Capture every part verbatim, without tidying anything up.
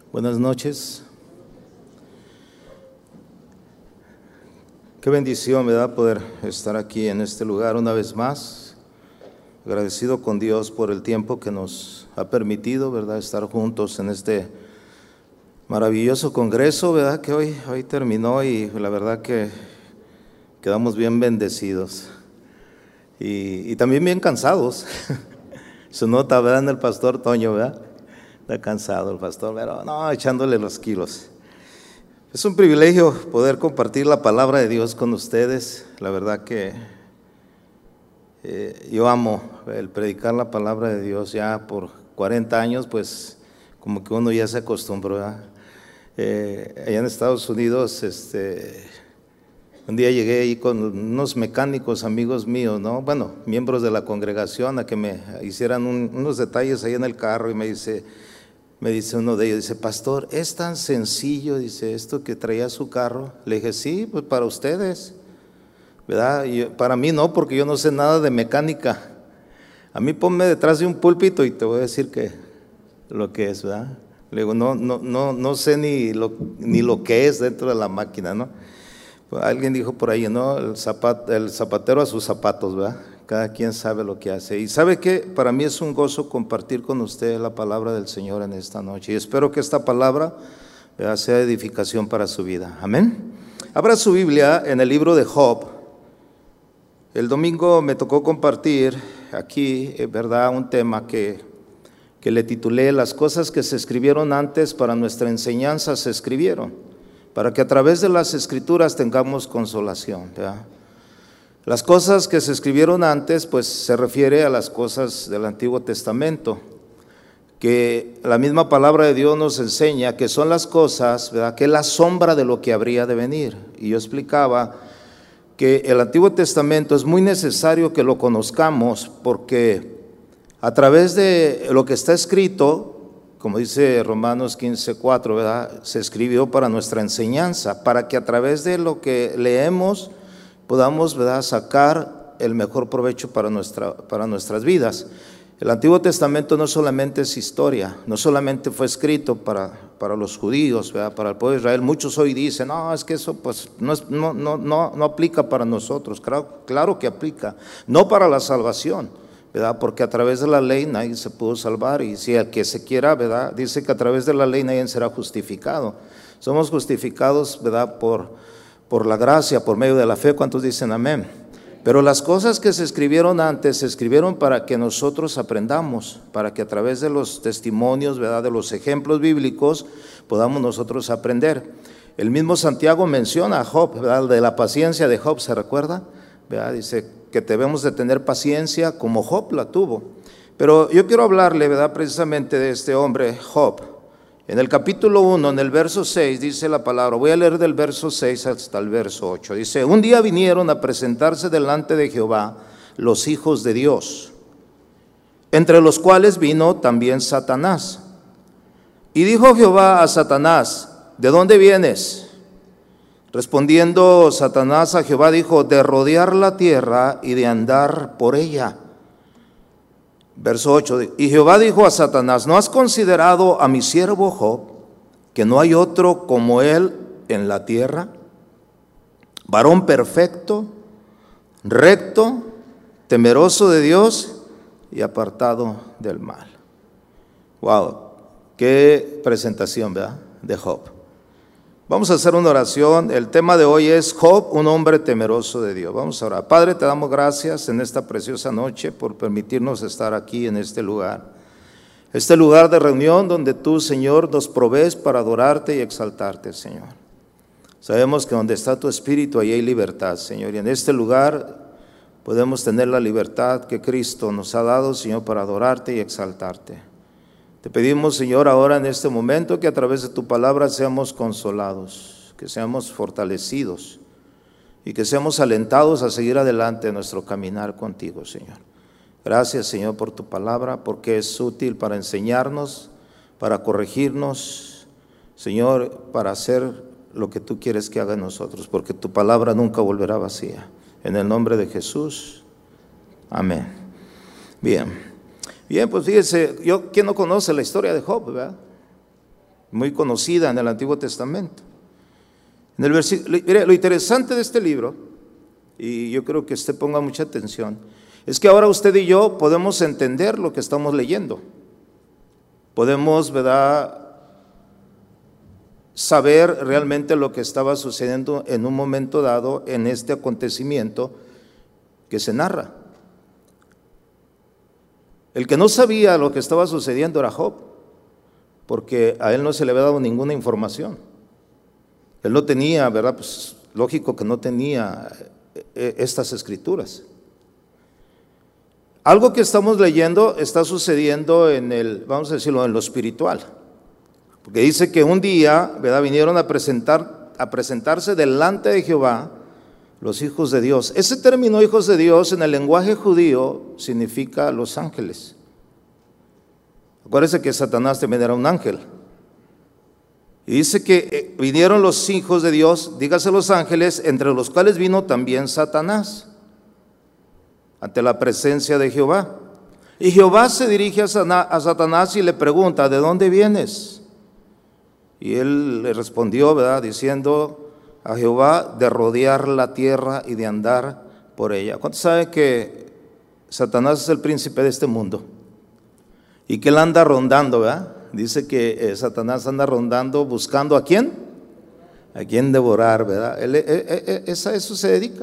Buenas noches. Qué bendición me da poder estar aquí en este lugar una vez más. Agradecido con Dios por el tiempo que nos ha permitido, ¿verdad?, estar juntos en este maravilloso congreso, ¿verdad?, que hoy, hoy terminó y la verdad que quedamos bien bendecidos y, y también bien cansados. Se nota, ¿verdad?, en el pastor Toño, ¿verdad? Está cansado el pastor, pero no, echándole los kilos. Es un privilegio poder compartir la palabra de Dios con ustedes. La verdad que eh, yo amo el predicar la palabra de Dios. Ya por cuarenta años, pues como que uno ya se acostumbró, ¿verdad? Eh, allá en Estados Unidos, este, un día llegué ahí con unos mecánicos amigos míos, ¿no? Bueno, miembros de la congregación, a que me hicieran un, unos detalles ahí en el carro, y me dice... Me dice uno de ellos, dice, pastor, es tan sencillo, dice, esto que traía su carro. Le dije, sí, pues para ustedes, ¿verdad? Y yo, para mí no, porque yo no sé nada de mecánica. A mí ponme detrás de un púlpito y te voy a decir que lo que es, ¿verdad? Le digo, no, no, no, no sé ni lo, ni lo que es dentro de la máquina, ¿no? Pues alguien dijo por ahí, ¿no? El, zapat, el zapatero a sus zapatos, ¿verdad? Cada quien sabe lo que hace. Y sabe que para mí es un gozo compartir con usted la palabra del Señor en esta noche. Y espero que esta palabra sea edificación para su vida. Amén. Abra su Biblia en el libro de Job. El domingo me tocó compartir aquí, ¿verdad?, un tema que, que le titulé Las cosas que se escribieron antes para nuestra enseñanza se escribieron, para que a través de las escrituras tengamos consolación, ¿verdad? Las cosas que se escribieron antes, pues se refiere a las cosas del Antiguo Testamento, que la misma palabra de Dios nos enseña que son las cosas, ¿verdad?, que es la sombra de lo que habría de venir. Y yo explicaba que el Antiguo Testamento es muy necesario que lo conozcamos, porque a través de lo que está escrito, como dice Romanos quince cuatro, ¿verdad?, se escribió para nuestra enseñanza, para que a través de lo que leemos podamos, ¿verdad?, sacar el mejor provecho para, nuestra, para nuestras vidas. El Antiguo Testamento no solamente es historia, no solamente fue escrito para, para los judíos, ¿verdad?, para el pueblo de Israel. Muchos hoy dicen, no, es que eso pues no, es, no, no, no, no aplica para nosotros. Claro, claro que aplica, no para la salvación, ¿verdad?, porque a través de la ley nadie se pudo salvar, y si el que se quiera, ¿verdad?, dice que a través de la ley nadie será justificado. Somos justificados, ¿verdad?, por... por la gracia, por medio de la fe. ¿Cuántos dicen amén? Pero las cosas que se escribieron antes se escribieron para que nosotros aprendamos, para que a través de los testimonios, ¿verdad?, de los ejemplos bíblicos, podamos nosotros aprender. El mismo Santiago menciona a Job, ¿verdad?, de la paciencia de Job, ¿se recuerda? ¿Verdad? Dice que debemos de tener paciencia como Job la tuvo. Pero yo quiero hablarle, ¿verdad?, precisamente de este hombre, Job. En el capítulo uno, en el verso seis, dice la palabra, voy a leer del verso seis hasta el verso ocho. Dice, un día vinieron a presentarse delante de Jehová los hijos de Dios, entre los cuales vino también Satanás. Y dijo Jehová a Satanás, ¿de dónde vienes? Respondiendo Satanás a Jehová, dijo, de rodear la tierra y de andar por ella. Verso ocho, y Jehová dijo a Satanás, ¿no has considerado a mi siervo Job, que no hay otro como él en la tierra? Varón perfecto, recto, temeroso de Dios y apartado del mal. Wow, qué presentación, ¿verdad?, de Job. Vamos a hacer una oración. El tema de hoy es Job, un hombre temeroso de Dios. Vamos a orar. Padre, te damos gracias en esta preciosa noche por permitirnos estar aquí en este lugar. Este lugar de reunión donde tú, Señor, nos provees para adorarte y exaltarte, Señor. Sabemos que donde está tu espíritu, ahí hay libertad, Señor. Y en este lugar podemos tener la libertad que Cristo nos ha dado, Señor, para adorarte y exaltarte. Te pedimos, Señor, ahora en este momento que a través de tu palabra seamos consolados, que seamos fortalecidos y que seamos alentados a seguir adelante en nuestro caminar contigo, Señor. Gracias, Señor, por tu palabra, porque es útil para enseñarnos, para corregirnos, Señor, para hacer lo que tú quieres que haga en nosotros, porque tu palabra nunca volverá vacía. En el nombre de Jesús, amén. Bien. Bien, pues fíjese, yo, ¿quién no conoce la historia de Job, verdad? muy conocida en el Antiguo Testamento. En el versículo, mire, lo interesante de este libro, y yo creo que usted ponga mucha atención, es que ahora usted y yo podemos entender lo que estamos leyendo. Podemos, ¿verdad?, saber realmente lo que estaba sucediendo en un momento dado en este acontecimiento que se narra. El que no sabía lo que estaba sucediendo era Job, porque a él no se le había dado ninguna información. Él no tenía, ¿verdad? Pues lógico que no tenía estas escrituras. Algo que estamos leyendo está sucediendo en el, vamos a decirlo, en lo espiritual. Porque dice que un día, ¿verdad?, vinieron a presentar, a presentarse delante de Jehová los hijos de Dios. Ese término hijos de Dios en el lenguaje judío significa los ángeles. Acuérdense que Satanás también era un ángel. Y dice que vinieron los hijos de Dios, dígase los ángeles, entre los cuales vino también Satanás, ante la presencia de Jehová. Y Jehová se dirige a Satanás y le pregunta, ¿de dónde vienes? Y él le respondió, ¿verdad?, diciendo a Jehová, de rodear la tierra y de andar por ella. ¿Cuántos saben que Satanás es el príncipe de este mundo? Y que él anda rondando, ¿verdad? Dice que eh, Satanás anda rondando buscando ¿a quién? A quién devorar, ¿verdad? Él, él, él, él, a eso se dedica.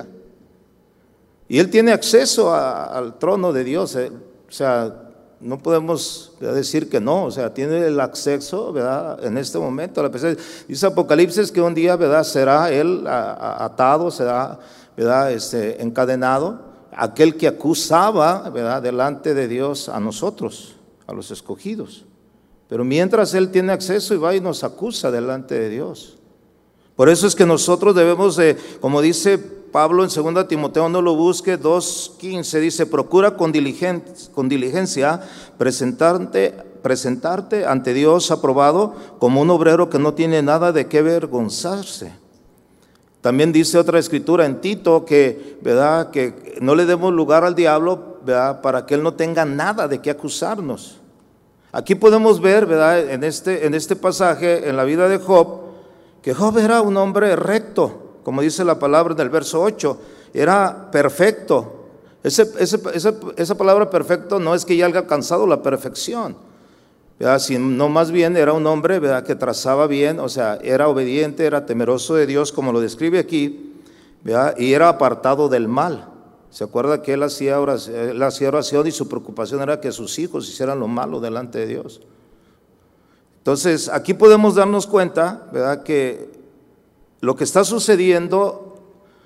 Y él tiene acceso a, al trono de Dios, eh, o sea, no podemos, ¿verdad?, decir que no, o sea, tiene el acceso, ¿verdad?, en este momento a la presencia. Dice Apocalipsis que un día, ¿verdad?, será él atado, será, ¿verdad?, este, encadenado, aquel que acusaba, ¿verdad?, delante de Dios a nosotros, a los escogidos. Pero mientras él tiene acceso y va y nos acusa delante de Dios. Por eso es que nosotros debemos de, como dice Pablo en segunda Timoteo, no lo busque, dos quince, dice, procura con diligencia, con diligencia presentarte, presentarte ante Dios aprobado como un obrero que no tiene nada de qué avergonzarse. También dice otra escritura en Tito que, ¿verdad?, que no le demos lugar al diablo, ¿verdad?, para que él no tenga nada de qué acusarnos. Aquí podemos ver, ¿verdad?, en este, en este pasaje, en la vida de Job, que Job era un hombre recto. Como dice la palabra en el verso ocho, era perfecto. Ese, ese, esa, esa palabra perfecto no es que ya haya alcanzado la perfección, ¿verdad?, sino más bien era un hombre, ¿verdad?, que trazaba bien, o sea, era obediente, era temeroso de Dios, como lo describe aquí, ¿verdad?, y era apartado del mal. ¿Se acuerda que él hacía oración, él hacía oración y su preocupación era que sus hijos hicieran lo malo delante de Dios? Entonces, aquí podemos darnos cuenta, ¿verdad?, que lo que está sucediendo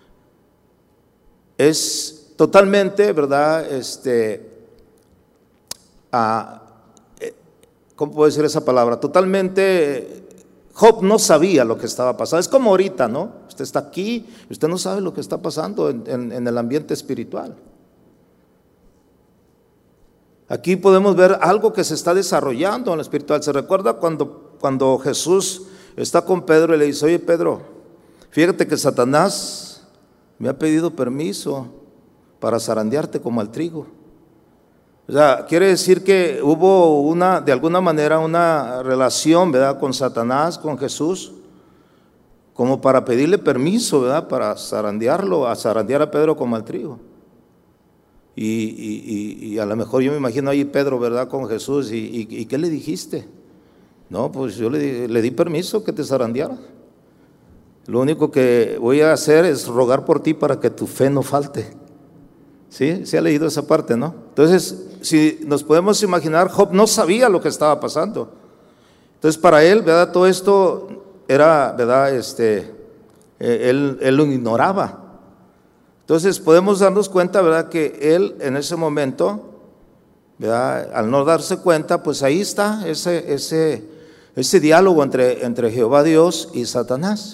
es totalmente, ¿verdad?, este, ah, ¿cómo puedo decir esa palabra? Totalmente, Job no sabía lo que estaba pasando. Es como ahorita, ¿no? Usted está aquí y usted no sabe lo que está pasando en, en, en el ambiente espiritual. Aquí podemos ver algo que se está desarrollando en lo espiritual. ¿Se recuerda cuando, cuando Jesús está con Pedro y le dice, oye Pedro, fíjate que Satanás me ha pedido permiso para zarandearte como al trigo? O sea, quiere decir que hubo una, de alguna manera, una relación, ¿verdad?, con Satanás, con Jesús, como para pedirle permiso, ¿verdad?, para zarandearlo, a zarandear a Pedro como al trigo. Y, y, y, y a lo mejor yo me imagino ahí Pedro, ¿verdad?, con Jesús, y, y, y ¿qué le dijiste? No, pues yo le di, le di permiso que te zarandeara. Lo único que voy a hacer es rogar por ti para que tu fe no falte. ¿Sí? ¿Se ha leído esa parte, no? Entonces, si nos podemos imaginar, Job no sabía lo que estaba pasando. Entonces, para él, ¿verdad?, todo esto era, ¿verdad?, este, él, él lo ignoraba. Entonces, podemos darnos cuenta, ¿verdad?, que él en ese momento, ¿verdad?, al no darse cuenta, pues ahí está ese, ese, ese diálogo entre, entre Jehová Dios y Satanás.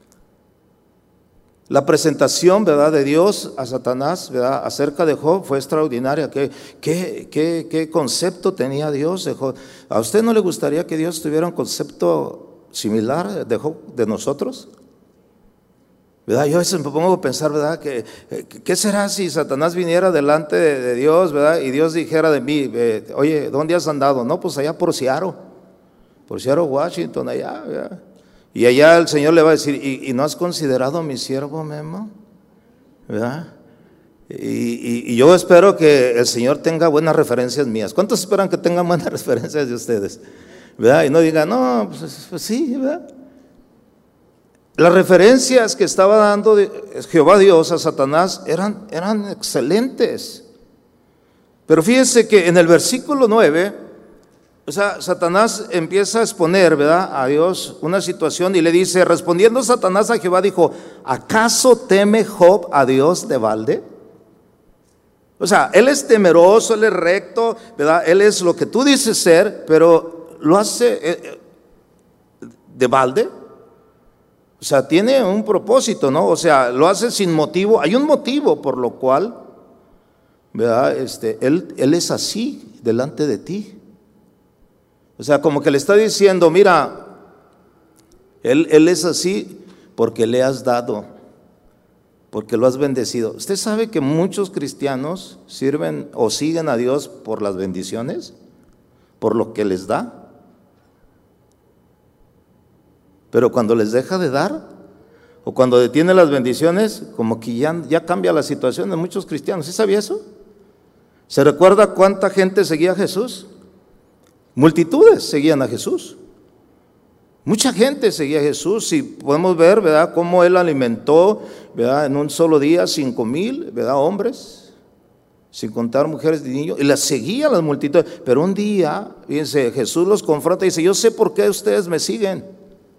La presentación, ¿verdad?, de Dios a Satanás, ¿verdad?, acerca de Job fue extraordinaria. ¿Qué, qué, qué, qué concepto tenía Dios de Job? ¿A usted no le gustaría que Dios tuviera un concepto similar de Job, de nosotros? ¿Verdad? Yo a veces me pongo a pensar, ¿verdad?, que ¿qué será si Satanás viniera delante de, de Dios, ¿verdad?, y Dios dijera de mí, eh, oye, ¿dónde has andado? No, pues allá por Seattle. por Seattle, Washington, allá, allá. Y allá el Señor le va a decir, ¿y, y no has considerado a mi siervo Memo? ¿Verdad? Y, y, y yo espero que el Señor tenga buenas referencias mías. ¿Cuántos esperan que tengan buenas referencias de ustedes? ¿Verdad? Y no digan, no, pues, pues sí, ¿verdad? Las referencias que estaba dando Jehová Dios a Satanás eran, eran excelentes. Pero fíjense que en el versículo nueve, o sea, Satanás empieza a exponer, ¿verdad?, a Dios una situación y le dice, respondiendo Satanás a Jehová, dijo, ¿acaso teme Job a Dios de balde? O sea, él es temeroso, él es recto, ¿verdad? Él es lo que tú dices ser, pero lo hace de balde. O sea, tiene un propósito, ¿no? O sea, lo hace sin motivo. Hay un motivo por lo cual, ¿verdad? Este, él, él es así delante de ti. O sea, como que le está diciendo, mira, él, él es así porque le has dado, porque lo has bendecido. ¿Usted sabe que muchos cristianos sirven o siguen a Dios por las bendiciones? ¿Por lo que les da? Pero cuando les deja de dar, o cuando detiene las bendiciones, como que ya, ya cambia la situación de muchos cristianos. ¿Sí sabía eso? ¿Se recuerda cuánta gente seguía a Jesús? Multitudes seguían a Jesús. Mucha gente seguía a Jesús y podemos ver, ¿verdad?, cómo Él alimentó, ¿verdad?, en un solo día cinco mil, ¿verdad?, hombres, sin contar mujeres y niños, y las seguían las multitudes. Pero un día, fíjense, Jesús los confronta y dice, yo sé por qué ustedes me siguen.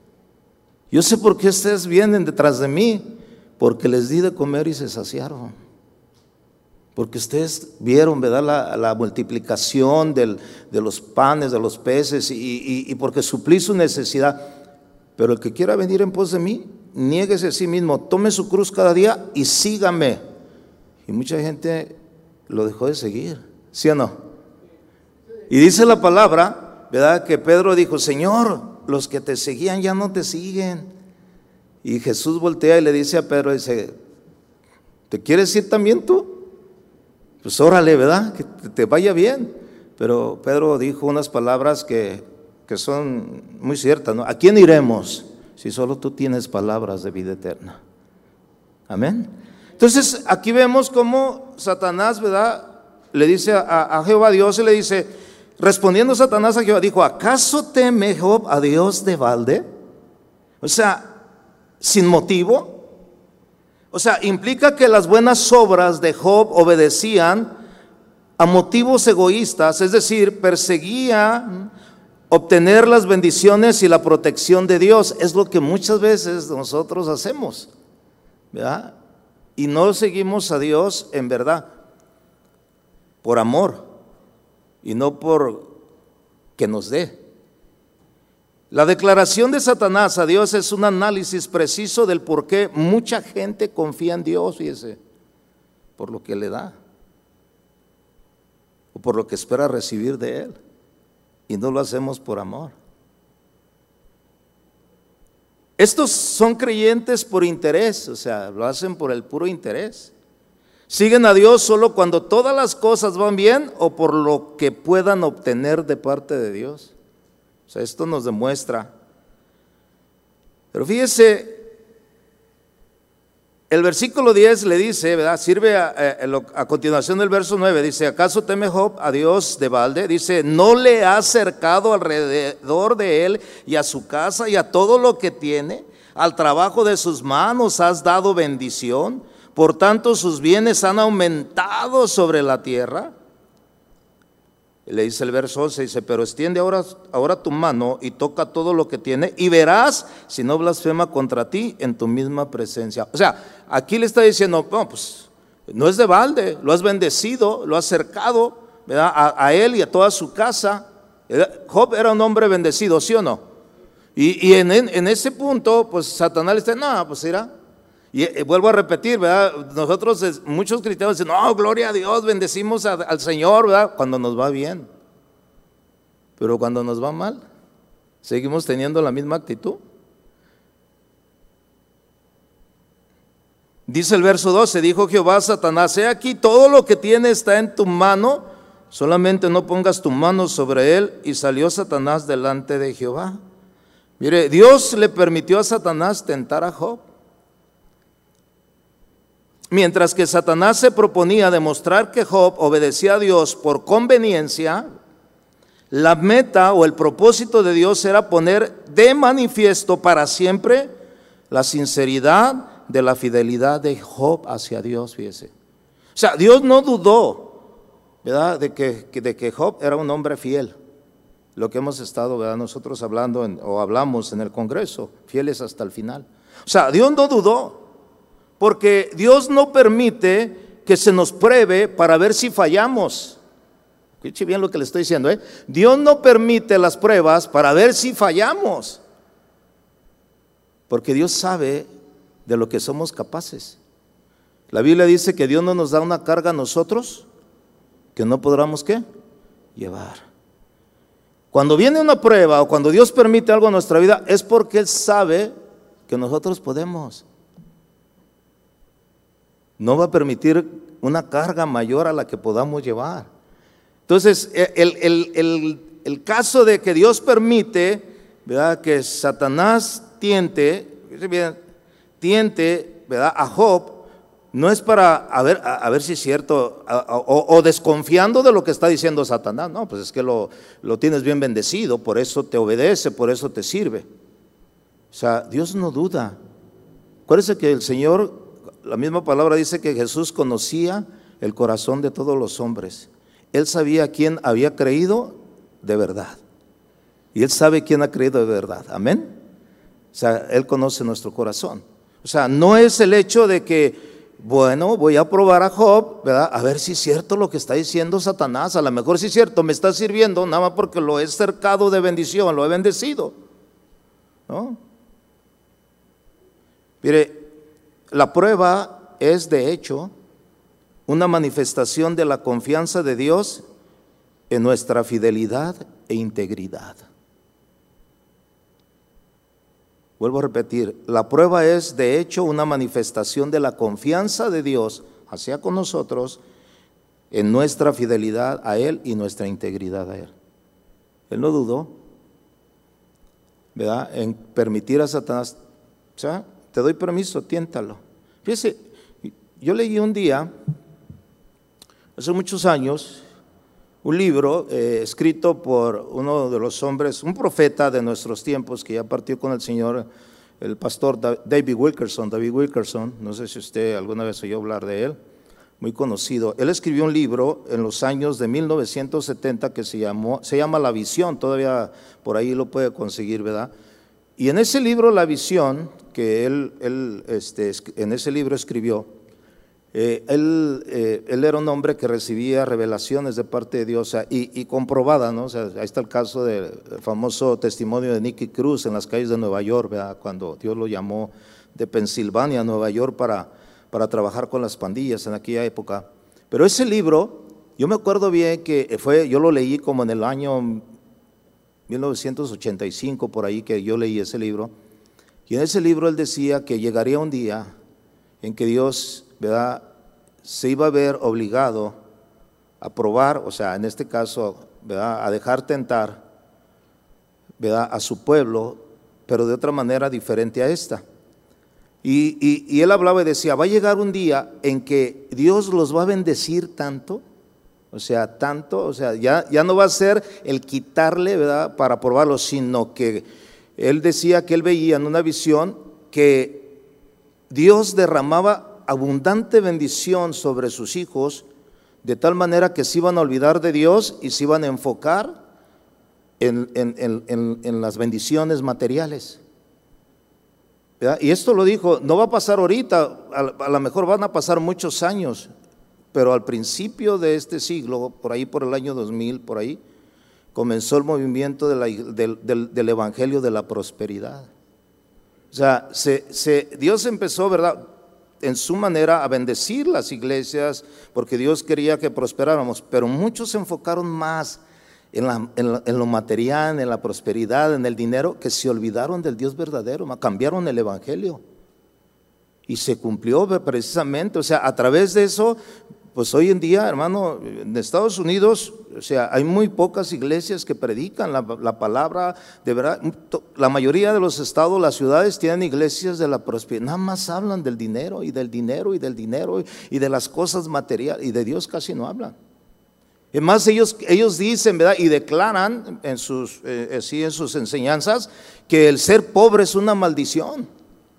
Yo sé por qué ustedes vienen detrás de mí, porque les di de comer y se saciaron. Porque ustedes vieron, ¿verdad?, la, la multiplicación del, de los panes, de los peces, y, y, y porque suplí su necesidad. Pero el que quiera venir en pos de mí, niéguese a sí mismo, tome su cruz cada día y sígame. Y mucha gente lo dejó de seguir, ¿sí o no? Y dice la palabra, ¿verdad?, que Pedro dijo, Señor, los que te seguían ya no te siguen. Y Jesús voltea y le dice a Pedro, dice, ¿te quieres ir también tú? Pues órale, ¿verdad?, que te vaya bien. Pero Pedro dijo unas palabras que, que son muy ciertas, ¿no? ¿A quién iremos si solo tú tienes palabras de vida eterna? Amén. Entonces aquí vemos cómo Satanás, ¿verdad?, le dice a, a Jehová Dios y le dice, respondiendo Satanás a Jehová, dijo, ¿acaso teme Job a Dios de balde? O sea, sin motivo. O sea, implica que las buenas obras de Job obedecían a motivos egoístas, es decir, perseguía obtener las bendiciones y la protección de Dios. Es lo que muchas veces nosotros hacemos, ¿verdad? Y no seguimos a Dios en verdad, por amor y no por que nos dé. La declaración de Satanás a Dios es un análisis preciso del por qué mucha gente confía en Dios, fíjese, por lo que le da o por lo que espera recibir de Él, y no lo hacemos por amor. Estos son creyentes por interés, o sea, lo hacen por el puro interés. Siguen a Dios solo cuando todas las cosas van bien o por lo que puedan obtener de parte de Dios. O sea, esto nos demuestra. Pero fíjese, el versículo diez le dice, ¿verdad?, sirve a, a, a continuación del verso nueve, dice, ¿acaso teme Job a Dios de balde? Dice, ¿no le ha cercado alrededor de él y a su casa y a todo lo que tiene? Al trabajo de sus manos has dado bendición, por tanto sus bienes han aumentado sobre la tierra. Y le dice el verso once, dice, pero extiende ahora, ahora tu mano y toca todo lo que tiene y verás si no blasfema contra ti en tu misma presencia. O sea, aquí le está diciendo, no, pues no es de balde, lo has bendecido, lo has cercado, ¿verdad?, a, a él y a toda su casa. Job era un hombre bendecido, ¿sí o no? Y, y en, en ese punto, pues Satanás le dice, no, pues mira. Y eh, vuelvo a repetir, ¿verdad? Nosotros, muchos cristianos dicen, no, gloria a Dios, bendecimos a, al Señor, ¿verdad?, cuando nos va bien. Pero cuando nos va mal, ¿seguimos teniendo la misma actitud? Dice el verso doce, dijo Jehová a Satanás, he aquí todo lo que tiene está en tu mano, solamente no pongas tu mano sobre él. Y salió Satanás delante de Jehová. Mire, Dios le permitió a Satanás tentar a Job. Mientras que Satanás se proponía demostrar que Job obedecía a Dios por conveniencia, la meta o el propósito de Dios era poner de manifiesto para siempre la sinceridad de la fidelidad de Job hacia Dios, fíjese. O sea, Dios no dudó, ¿verdad?, de que, de que Job era un hombre fiel. Lo que hemos estado, ¿verdad?, nosotros hablando en, o hablamos en el Congreso, fieles hasta el final. O sea, Dios no dudó, porque Dios no permite que se nos pruebe para ver si fallamos. Escuche bien lo que le estoy diciendo, ¿eh? Dios no permite las pruebas para ver si fallamos, porque Dios sabe de lo que somos capaces. La Biblia dice que Dios no nos da una carga a nosotros que no podamos, ¿qué?, llevar. Cuando viene una prueba o cuando Dios permite algo en nuestra vida, es porque Él sabe que nosotros podemos. No va a permitir una carga mayor a la que podamos llevar. Entonces, el, el, el, el caso de que Dios permite, ¿verdad?, que Satanás tiente, tiente, ¿verdad?, a Job, no es para a ver, a, a ver si es cierto, a, a, o, o desconfiando de lo que está diciendo Satanás. No, pues es que lo, lo tienes bien bendecido, por eso te obedece, por eso te sirve. O sea, Dios no duda. Acuérdese que el Señor, la misma palabra dice que Jesús conocía el corazón de todos los hombres. Él sabía quién había creído de verdad. Y Él sabe quién ha creído de verdad. Amén. O sea, Él conoce nuestro corazón. O sea, no es el hecho de que, bueno, voy a probar a Job, ¿verdad?, a ver si es cierto lo que está diciendo Satanás. A lo mejor si es cierto, me está sirviendo nada más porque lo he cercado de bendición, lo he bendecido, ¿no? Mire, la prueba es de hecho una manifestación de la confianza de Dios en nuestra fidelidad e integridad. Vuelvo a repetir, la prueba es de hecho una manifestación de la confianza de Dios hacia con nosotros en nuestra fidelidad a Él y nuestra integridad a Él. Él no dudó, ¿verdad?, en permitir a Satanás, o sea, te doy permiso, tiéntalo. Fíjese, yo leí un día, hace muchos años, un libro eh, escrito por uno de los hombres, un profeta de nuestros tiempos que ya partió con el Señor, el pastor David Wilkerson. David Wilkerson, no sé si usted alguna vez oyó hablar de él, muy conocido. Él escribió un libro en los años de mil novecientos setenta que se, llamó, se llama La Visión, todavía por ahí lo puede conseguir, ¿verdad? Y en ese libro, La Visión, que él, él este, en ese libro escribió, Eh, él, eh, él era un hombre que recibía revelaciones de parte de Dios, o sea, y, y comprobada, ¿no? O sea, ahí está el caso del famoso testimonio de Nicky Cruz en las calles de Nueva York, ¿verdad?, cuando Dios lo llamó de Pensilvania a Nueva York para, para trabajar con las pandillas en aquella época. Pero ese libro, yo me acuerdo bien que fue, yo lo leí como en el año mil novecientos ochenta y cinco, por ahí que yo leí ese libro, y en ese libro él decía que llegaría un día en que Dios, ¿verdad?, se iba a ver obligado a probar, o sea, en este caso, ¿verdad?, a dejar tentar, ¿verdad?, a su pueblo, pero de otra manera diferente a esta. Y, y, y él hablaba y decía, va a llegar un día en que Dios los va a bendecir tanto, o sea, tanto, o sea, ya, ya no va a ser el quitarle, ¿verdad?, para probarlo, sino que él decía que él veía en una visión que Dios derramaba abundante bendición sobre sus hijos, de tal manera que se iban a olvidar de Dios y se iban a enfocar en, en, en, en, en las bendiciones materiales, ¿verdad? Y esto lo dijo, no va a pasar ahorita, a, a lo mejor van a pasar muchos años, pero al principio de este siglo, por ahí por el año dos mil, por ahí, comenzó el movimiento de la, del, del, del evangelio de la prosperidad. O sea, se, se, Dios empezó, ¿verdad?, en su manera a bendecir las iglesias, porque Dios quería que prosperáramos, pero muchos se enfocaron más en, la, en, la, en lo material, en la prosperidad, en el dinero, que se olvidaron del Dios verdadero, cambiaron el evangelio y se cumplió precisamente, o sea, a través de eso, pues hoy en día, hermano, en Estados Unidos, o sea, hay muy pocas iglesias que predican la, la palabra, de verdad. La mayoría de los estados, las ciudades tienen iglesias de la prosperidad, nada más hablan del dinero y del dinero y del dinero y de las cosas materiales, y de Dios casi no hablan. Es más, ellos, ellos dicen, ¿verdad? Y declaran en sus, eh, sí, en sus enseñanzas que el ser pobre es una maldición.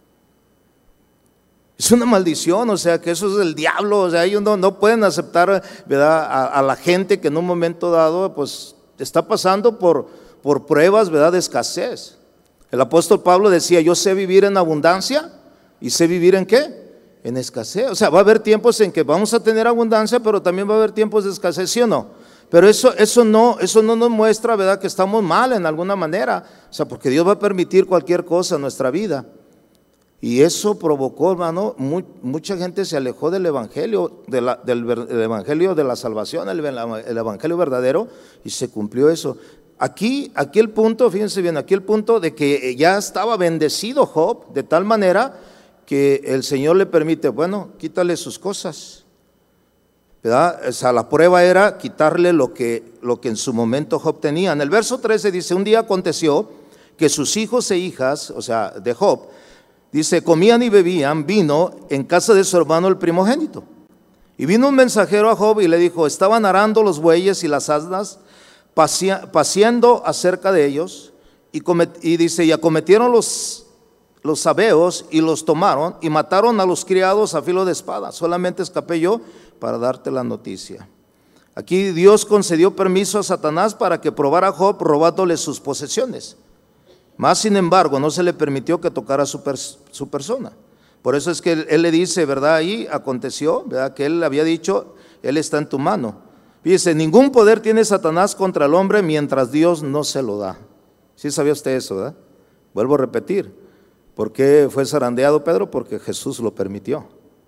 Es una maldición, o sea, que eso es del diablo. O sea, ellos no, no pueden aceptar, ¿verdad? A, a la gente que en un momento dado pues está pasando por, por pruebas, ¿verdad? De escasez. El apóstol Pablo decía, yo sé vivir en abundancia y sé vivir en ¿qué? En escasez. O sea, va a haber tiempos en que vamos a tener abundancia, pero también va a haber tiempos de escasez, ¿sí o no? Pero eso, eso, no, eso no nos muestra, ¿verdad?, que estamos mal en alguna manera. O sea, porque Dios va a permitir cualquier cosa en nuestra vida. Y eso provocó, hermano, muy, mucha gente se alejó del evangelio, de la, del, del evangelio de la salvación, el, el evangelio verdadero, y se cumplió eso. Aquí, aquí el punto, fíjense bien, aquí el punto de que ya estaba bendecido Job de tal manera que el Señor le permite, bueno, quítale sus cosas, ¿verdad? O sea, la prueba era quitarle lo que, lo que en su momento Job tenía. En el verso trece dice, un día aconteció que sus hijos e hijas, o sea, de Job, dice, comían y bebían vino en casa de su hermano el primogénito. Y vino un mensajero a Job y le dijo, estaban arando los bueyes y las asnas, paseando acerca de ellos, y, comet, y dice, y acometieron los, los sabeos y los tomaron y mataron a los criados a filo de espada. Solamente escapé yo para darte la noticia. Aquí Dios concedió permiso a Satanás para que probara a Job robándole sus posesiones. Más sin embargo, no se le permitió que tocara su, pers su persona. Por eso es que él, él le dice, ¿verdad? Ahí aconteció, ¿verdad?, que él había dicho, él está en tu mano. Dice, ningún poder tiene Satanás contra el hombre mientras Dios no se lo da. ¿Sí sabía usted eso, verdad? Vuelvo a repetir. ¿Por qué fue zarandeado Pedro? Porque Jesús lo permitió.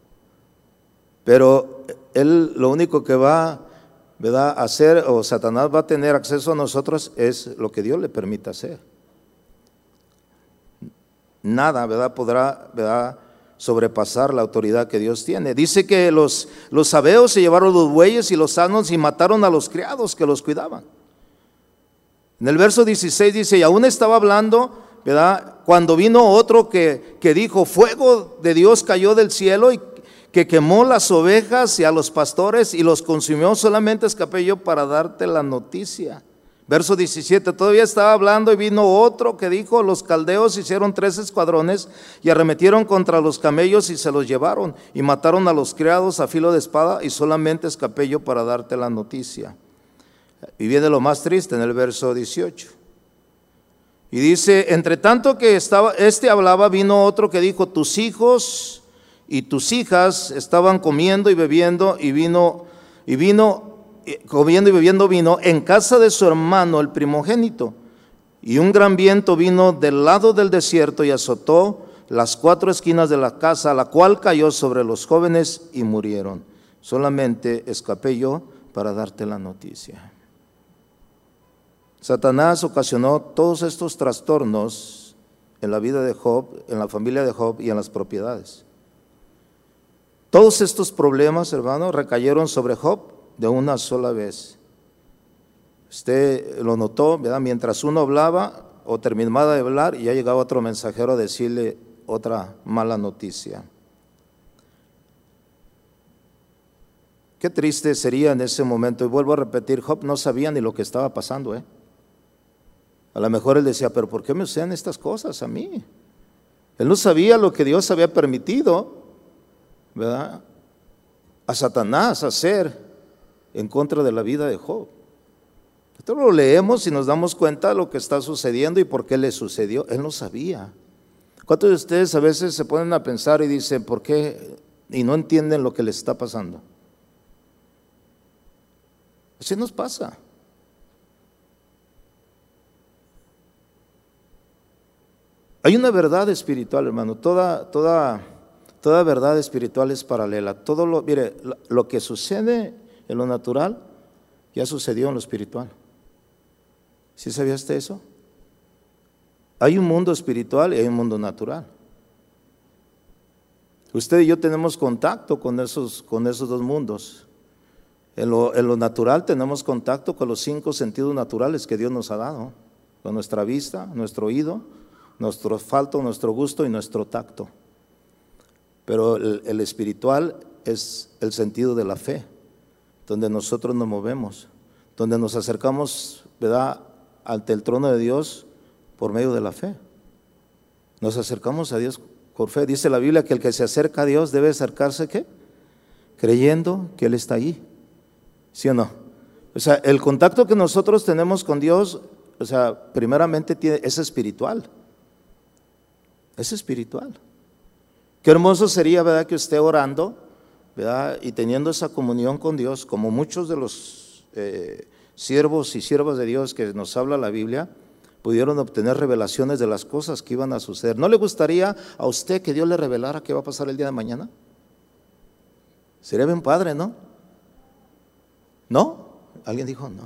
Pero él lo único que va, ¿verdad?, a hacer, o Satanás va a tener acceso a nosotros, es lo que Dios le permita hacer. Nada, ¿verdad?, podrá, ¿verdad?, sobrepasar la autoridad que Dios tiene. Dice que los, los sabeos se llevaron los bueyes y los asnos y mataron a los criados que los cuidaban. En el verso dieciséis dice, y aún estaba hablando, ¿verdad?, cuando vino otro que, que dijo, fuego de Dios cayó del cielo y que quemó las ovejas y a los pastores y los consumió. Solamente escapé yo para darte la noticia. Verso diecisiete, todavía estaba hablando y vino otro que dijo, los caldeos hicieron tres escuadrones y arremetieron contra los camellos y se los llevaron y mataron a los criados a filo de espada y solamente escapé yo para darte la noticia. Y viene lo más triste en el verso dieciocho. Y dice, entre tanto que estaba, este hablaba, vino otro que dijo, tus hijos y tus hijas estaban comiendo y bebiendo y vino, y vino comiendo y bebiendo vino en casa de su hermano el primogénito, y un gran viento vino del lado del desierto y azotó las cuatro esquinas de la casa, la cual cayó sobre los jóvenes y murieron. Solamente escapé yo para darte la noticia. Satanás ocasionó todos estos trastornos en la vida de Job, en la familia de Job y en las propiedades. Todos estos problemas, hermano, recayeron sobre Job de una sola vez. Usted lo notó, ¿verdad? Mientras uno hablaba o terminaba de hablar, y ya llegaba otro mensajero a decirle otra mala noticia. Qué triste sería en ese momento. Y vuelvo a repetir, Job no sabía ni lo que estaba pasando, ¿eh? A lo mejor él decía, pero ¿por qué me suceden estas cosas a mí? Él no sabía lo que Dios había permitido, ¿verdad?, a Satanás hacer en contra de la vida de Job. Nosotros lo leemos y nos damos cuenta de lo que está sucediendo y por qué le sucedió. Él no sabía. ¿Cuántos de ustedes a veces se ponen a pensar y dicen, ¿por qué? Y no entienden lo que les está pasando. Así nos pasa. Hay una verdad espiritual, hermano. Toda, toda, toda verdad espiritual es paralela. Todo lo, mire, lo que sucede en lo natural ya sucedió en lo espiritual. ¿Sí sabía usted eso? Hay un mundo espiritual y hay un mundo natural. Usted y yo tenemos contacto con esos, con esos dos mundos. En lo, en lo natural tenemos contacto con los cinco sentidos naturales que Dios nos ha dado, con nuestra vista, nuestro oído, nuestro olfato, nuestro gusto y nuestro tacto. Pero el, el espiritual es el sentido de la fe, donde nosotros nos movemos, donde nos acercamos, ¿verdad?, ante el trono de Dios por medio de la fe. Nos acercamos a Dios por fe. Dice la Biblia que el que se acerca a Dios debe acercarse, ¿qué? Creyendo que Él está allí. ¿Sí o no? O sea, el contacto que nosotros tenemos con Dios, o sea, primeramente tiene, es espiritual. Es espiritual. Qué hermoso sería, ¿verdad?, que usted orando, ¿verdad?, y teniendo esa comunión con Dios, como muchos de los eh, siervos y siervas de Dios que nos habla la Biblia, pudieron obtener revelaciones de las cosas que iban a suceder. ¿No le gustaría a usted que Dios le revelara qué va a pasar el día de mañana? Sería bien padre, ¿no? ¿No? ¿Alguien dijo no?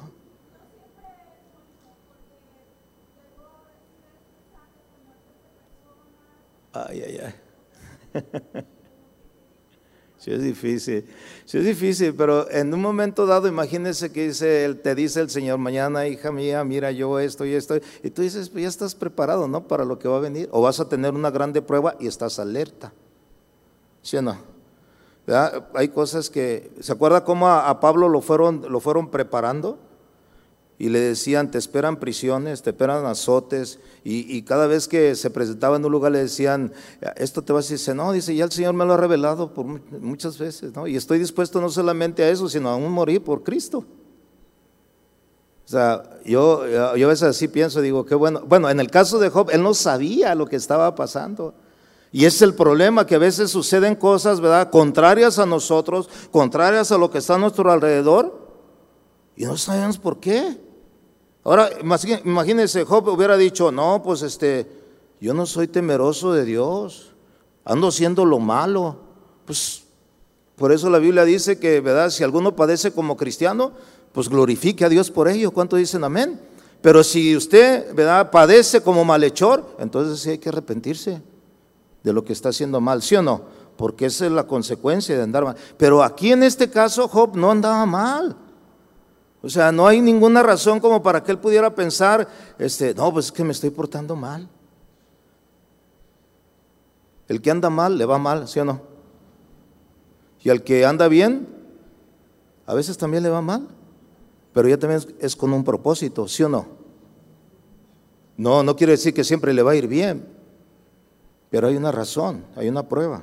Ay, ay, ay. Sí es difícil, sí es difícil, pero en un momento dado, imagínese que dice, te dice el Señor, mañana, hija mía, mira yo esto y esto, y tú dices, pues ya estás preparado, ¿no?, para lo que va a venir, o vas a tener una grande prueba y estás alerta, ¿sí o no? ¿Verdad? Hay cosas que, ¿se acuerda cómo a, a Pablo lo fueron, lo fueron preparando? Y le decían, te esperan prisiones, te esperan azotes, y, y cada vez que se presentaba en un lugar le decían, esto te va a decir, dice, no, dice, ya el Señor me lo ha revelado por muchas veces, ¿no? Y estoy dispuesto no solamente a eso, sino a aún morir por Cristo. O sea, yo, yo a veces así pienso, digo, qué bueno. Bueno, en el caso de Job, él no sabía lo que estaba pasando. Y ese es el problema, que a veces suceden cosas, ¿verdad?, contrarias a nosotros, contrarias a lo que está a nuestro alrededor, y no sabemos por qué. Ahora, imagínense, Job hubiera dicho, no, pues este, yo no soy temeroso de Dios, ando haciendo lo malo. Pues por eso la Biblia dice que, ¿verdad?, si alguno padece como cristiano, pues glorifique a Dios por ello. ¿Cuánto dicen amén? Pero si usted, ¿verdad?, padece como malhechor, entonces sí hay que arrepentirse de lo que está haciendo mal, ¿sí o no? Porque esa es la consecuencia de andar mal. Pero aquí en este caso Job no andaba mal. O sea, no hay ninguna razón como para que él pudiera pensar, este, no, pues es que me estoy portando mal. El que anda mal le va mal, ¿sí o no? Y al que anda bien, a veces también le va mal, pero ya también es, es con un propósito, ¿sí o no? No, no quiere decir que siempre le va a ir bien, pero hay una razón, hay una prueba.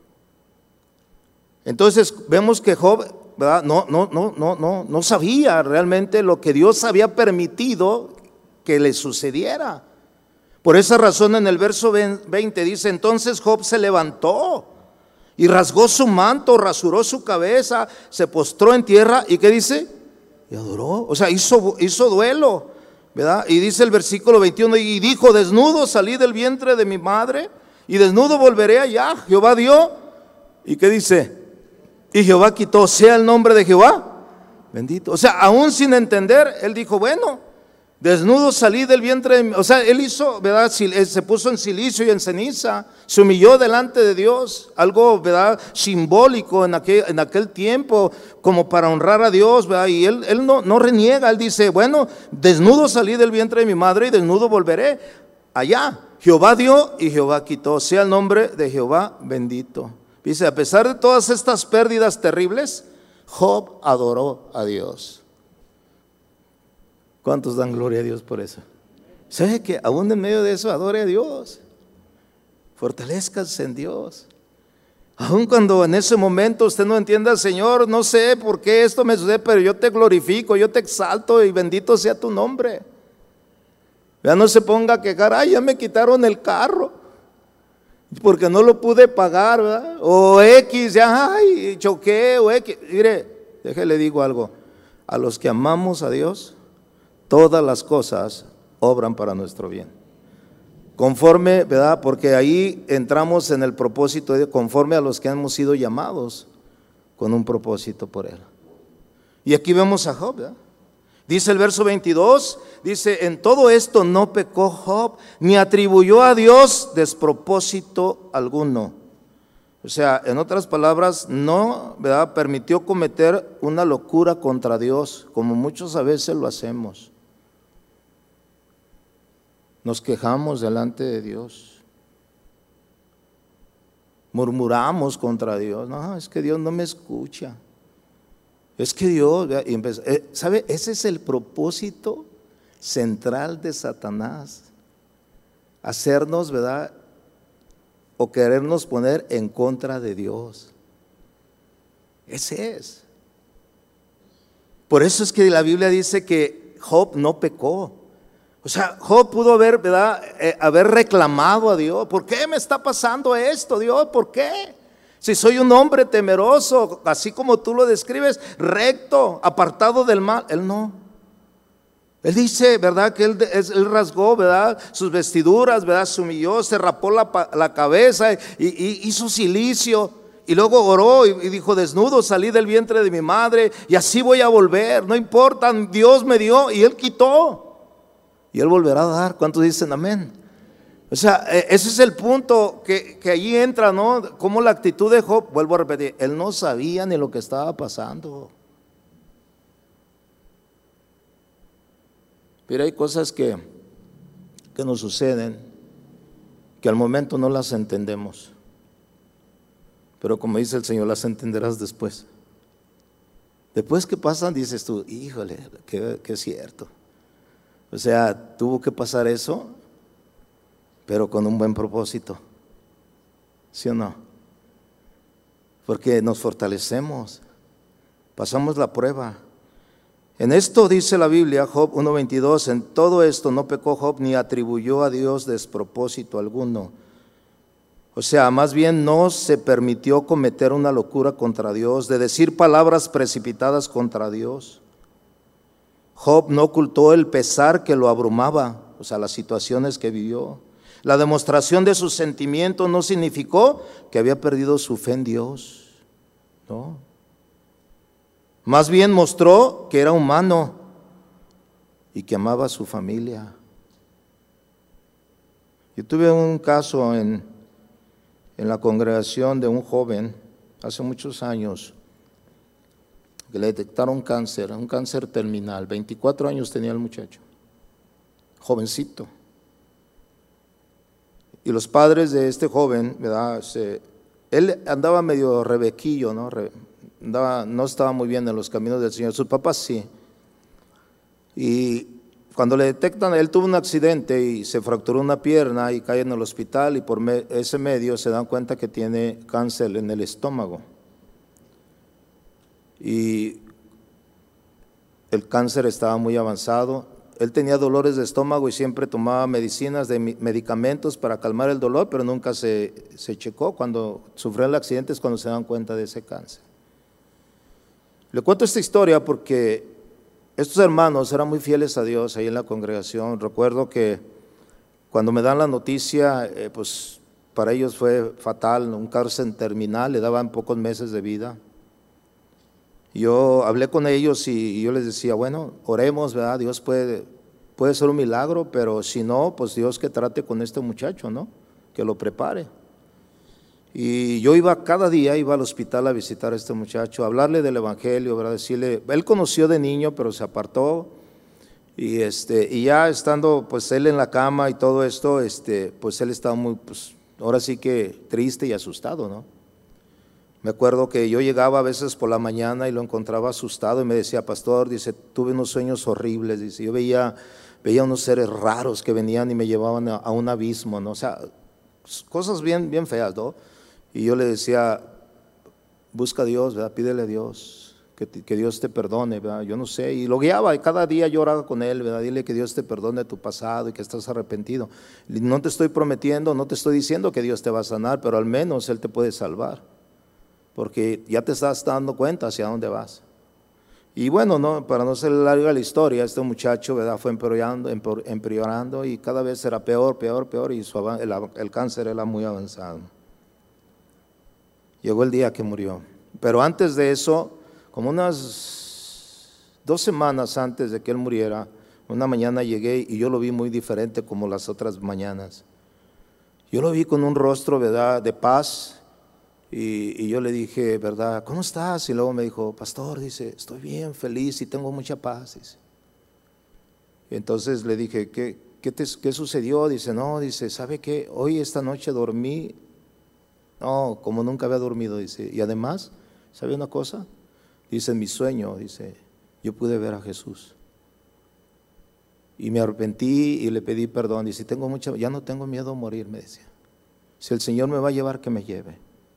Entonces vemos que Job, ¿verdad?, no, no, no, no, no, no sabía realmente lo que Dios había permitido que le sucediera. Por esa razón en el verso veinte dice, entonces Job se levantó y rasgó su manto, rasuró su cabeza, se postró en tierra y ¿qué dice? Y adoró, o sea, hizo, hizo duelo, ¿verdad? Y dice el versículo veintiuno, y dijo, desnudo salí del vientre de mi madre y desnudo volveré allá. Jehová dio, ¿y qué dice? Y Jehová quitó, sea el nombre de Jehová bendito. O sea, aún sin entender, él dijo, bueno, desnudo salí del vientre de mi, o sea, él hizo, ¿verdad?, se puso en silicio y en ceniza, se humilló delante de Dios, algo, ¿verdad?, simbólico en aquel, en aquel tiempo, como para honrar a Dios, ¿verdad? Y él, él no, no reniega, él dice, bueno, desnudo salí del vientre de mi madre y desnudo volveré allá. Jehová dio y Jehová quitó, sea el nombre de Jehová bendito. Dice, a pesar de todas estas pérdidas terribles, Job adoró a Dios. ¿Cuántos dan gloria a Dios por eso? ¿Sabe que aún en medio de eso adore a Dios? Fortalezcase en Dios. Aun cuando en ese momento usted no entienda, Señor, no sé por qué esto me sucede, pero yo te glorifico, yo te exalto y bendito sea tu nombre. Ya no se ponga a quejar, ay, ya me quitaron el carro porque no lo pude pagar, ¿verdad? O X, ya, ay, choqué, o X. Mire, déjele digo algo, a los que amamos a Dios, todas las cosas obran para nuestro bien. Conforme, ¿verdad? Porque ahí entramos en el propósito de conforme a los que hemos sido llamados con un propósito por Él. Y aquí vemos a Job, ¿verdad? Dice el verso veintidós, dice, en todo esto no pecó Job, ni atribuyó a Dios despropósito alguno. O sea, en otras palabras, no, ¿verdad?, permitió cometer una locura contra Dios, como muchos a veces lo hacemos. Nos quejamos delante de Dios. Murmuramos contra Dios. No, es que Dios no me escucha. Es que Dios, y empezó, eh, ¿sabe? Ese es el propósito central de Satanás. Hacernos, ¿verdad?, o querernos poner en contra de Dios. Ese es. Por eso es que la Biblia dice que Job no pecó. O sea, Job pudo haber, ¿verdad?, eh, haber reclamado a Dios. ¿Por qué me está pasando esto, Dios? ¿Por qué? Si soy un hombre temeroso, así como tú lo describes, recto, apartado del mal. Él no. Él dice, ¿verdad?, que él, él rasgó, ¿verdad?, sus vestiduras, ¿verdad?, se humilló, se rapó la, la cabeza y, y hizo cilicio. Y luego oró y, y dijo, desnudo salí del vientre de mi madre y así voy a volver. No importa, Dios me dio y Él quitó. Y Él volverá a dar. ¿Cuántos dicen amén? O sea, ese es el punto que, que allí entra, ¿no? Como la actitud de Job, vuelvo a repetir, él no sabía ni lo que estaba pasando. Pero hay cosas que, que nos suceden, que al momento no las entendemos. Pero como dice el Señor, las entenderás después. Después que pasan, dices tú, híjole, que, que es cierto. O sea, tuvo que pasar eso, pero con un buen propósito. ¿Sí o no? Porque nos fortalecemos, pasamos la prueba. En esto dice la Biblia, Job uno veintidós, en todo esto no pecó Job ni atribuyó a Dios despropósito alguno. O sea, más bien no se permitió cometer una locura contra Dios, de decir palabras precipitadas contra Dios. Job no ocultó el pesar que lo abrumaba, o sea, las situaciones que vivió. La demostración de sus sentimientos no significó que había perdido su fe en Dios, no. Más bien mostró que era humano y que amaba a su familia. Yo tuve un caso en, en la congregación de un joven hace muchos años que le detectaron cáncer, un cáncer terminal. veinticuatro años tenía el muchacho, jovencito. Y los padres de este joven, ¿verdad?, Se, él andaba medio rebequillo, ¿no? Re, andaba, no estaba muy bien en los caminos del Señor. Sus papás sí. Y cuando le detectan, él tuvo un accidente y se fracturó una pierna y cae en el hospital, y por me, ese medio se dan cuenta que tiene cáncer en el estómago. Y el cáncer estaba muy avanzado. Él tenía dolores de estómago y siempre tomaba medicinas, de medicamentos para calmar el dolor, pero nunca se, se checó. Cuando sufrió el accidente es cuando se dan cuenta de ese cáncer. Le cuento esta historia porque estos hermanos eran muy fieles a Dios ahí en la congregación. Recuerdo que cuando me dan la noticia, eh, pues para ellos fue fatal, un cáncer terminal, le daban pocos meses de vida. Yo hablé con ellos y yo les decía, bueno, oremos, ¿verdad? Dios puede, puede ser un milagro, pero si no, pues Dios que trate con este muchacho, ¿no? Que lo prepare. Y yo iba cada día, iba al hospital a visitar a este muchacho, a hablarle del evangelio, ¿verdad? Decirle, él conoció de niño, pero se apartó. Y, este, y ya estando pues él en la cama y todo esto, este, pues él estaba muy, pues ahora sí que triste y asustado, ¿no? Me acuerdo que yo llegaba a veces por la mañana y lo encontraba asustado y me decía, pastor, dice, tuve unos sueños horribles, dice, yo veía, veía unos seres raros que venían y me llevaban a, a un abismo, ¿no? O sea, cosas bien, bien feas, ¿no? Y yo le decía, busca a Dios, ¿verdad? Pídele a Dios, que, que Dios te perdone, ¿verdad? Yo no sé, y lo guiaba y cada día yo oraba con él, ¿verdad? Dile que Dios te perdone tu pasado y que estás arrepentido. No te estoy prometiendo, no te estoy diciendo que Dios te va a sanar, pero al menos Él te puede salvar. Porque ya te estás dando cuenta hacia dónde vas. Y bueno, no, para no ser larga la historia, este muchacho, ¿verdad?, fue empeorando, empeorando y cada vez era peor, peor, peor y su, el, el cáncer era muy avanzado. Llegó el día que murió. Pero antes de eso, como unas dos semanas antes de que él muriera, una mañana llegué y yo lo vi muy diferente como las otras mañanas. Yo lo vi con un rostro, ¿verdad?, de paz. Y, y yo le dije, ¿verdad? ¿Cómo estás? Y luego me dijo, pastor, dice, estoy bien, feliz y tengo mucha paz, dice. Y entonces le dije, ¿qué, qué, te, ¿qué sucedió? Dice, no, dice, ¿sabe qué? Hoy esta noche dormí, no, como nunca había dormido, dice. Y además, ¿sabe una cosa? Dice, en mi sueño, dice, yo pude ver a Jesús. Y me arrepentí y le pedí perdón. Dice, tengo mucha, ya no tengo miedo a morir, me decía. Si el Señor me va a llevar, que me lleve.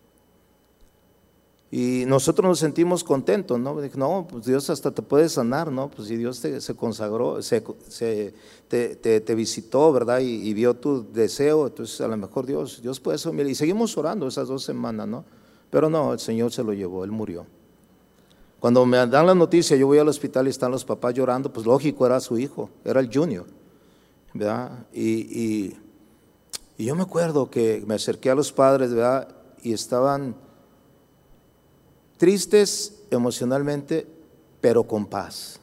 Y nosotros nos sentimos contentos, ¿no? Dije, no, pues Dios hasta te puede sanar, ¿no? Pues si Dios te, se consagró, se, se, te, te, te visitó, ¿verdad? Y, y vio tu deseo, entonces a lo mejor Dios, Dios puede ser. Y seguimos orando esas dos semanas, ¿no? Pero no, el Señor se lo llevó, Él murió. Cuando me dan la noticia, yo voy al hospital y están los papás llorando, pues lógico, era su hijo, era el Junior, ¿verdad? Y, y, y yo me acuerdo que me acerqué a los padres, ¿verdad? Y estaban tristes emocionalmente, pero con paz.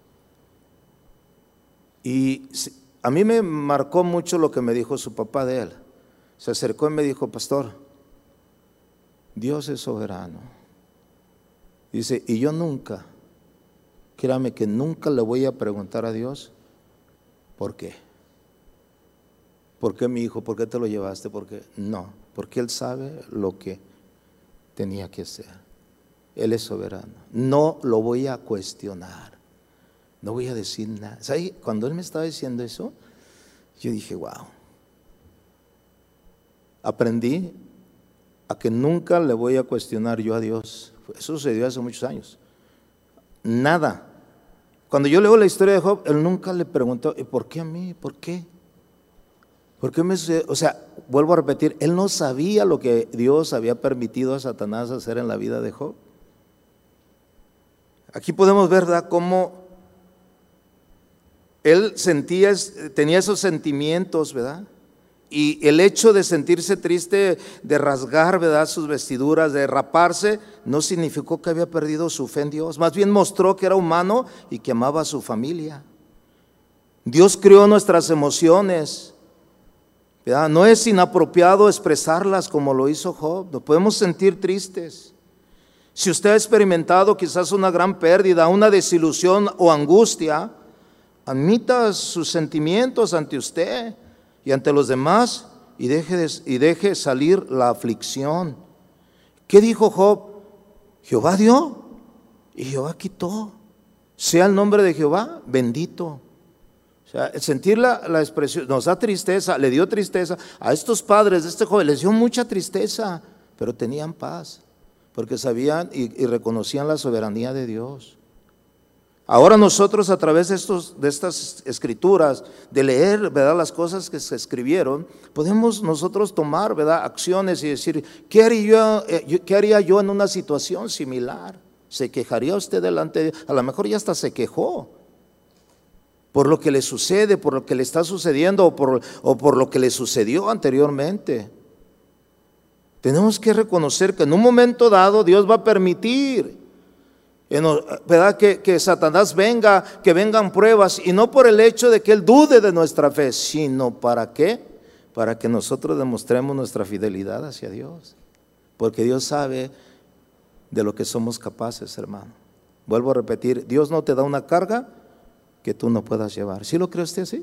Y a mí me marcó mucho lo que me dijo su papá de él. Se acercó y me dijo, pastor, Dios es soberano. Dice, y yo nunca, créame que nunca le voy a preguntar a Dios, ¿por qué? ¿Por qué mi hijo? ¿Por qué te lo llevaste? ¿Por qué? No, porque Él sabe lo que tenía que hacer. Él es soberano. No lo voy a cuestionar. No voy a decir nada. ¿Sabes? Cuando Él me estaba diciendo eso, yo dije, wow. Aprendí a que nunca le voy a cuestionar yo a Dios. Eso sucedió hace muchos años. Nada. Cuando yo leo la historia de Job, él nunca le preguntó, ¿y por qué a mí? ¿Por qué? ¿Por qué me sucedió? O sea, vuelvo a repetir, él no sabía lo que Dios había permitido a Satanás hacer en la vida de Job. Aquí podemos ver, ¿verdad?, cómo él sentía, tenía esos sentimientos, ¿verdad? Y el hecho de sentirse triste, de rasgar, ¿verdad?, sus vestiduras, de raparse, no significó que había perdido su fe en Dios. Más bien mostró que era humano y que amaba a su familia. Dios creó nuestras emociones, ¿verdad? No es inapropiado expresarlas como lo hizo Job. Nos podemos sentir tristes. Si usted ha experimentado quizás una gran pérdida, una desilusión o angustia, admita sus sentimientos ante usted y ante los demás y deje, de, y deje salir la aflicción. ¿Qué dijo Job? Jehová dio y Jehová quitó. Sea el nombre de Jehová bendito. O sea, el sentir la, la expresión nos da tristeza, le dio tristeza a estos padres de este joven, les dio mucha tristeza, pero tenían paz, porque sabían y, y reconocían la soberanía de Dios. Ahora nosotros, a través de, estos, de estas escrituras, de leer, ¿verdad?, las cosas que se escribieron, podemos nosotros tomar, ¿verdad?, acciones y decir, ¿qué haría, yo, ¿qué haría yo en una situación similar? ¿Se quejaría usted delante de Dios? A lo mejor ya hasta se quejó por lo que le sucede, por lo que le está sucediendo o por, o por lo que le sucedió anteriormente. Tenemos que reconocer que en un momento dado Dios va a permitir, ¿verdad?, que, que Satanás venga, que vengan pruebas, y no por el hecho de que él dude de nuestra fe, sino ¿para qué? Para que nosotros demostremos nuestra fidelidad hacia Dios, porque Dios sabe de lo que somos capaces, hermano. Vuelvo a repetir, Dios no te da una carga que tú no puedas llevar. ¿Sí lo cree usted así?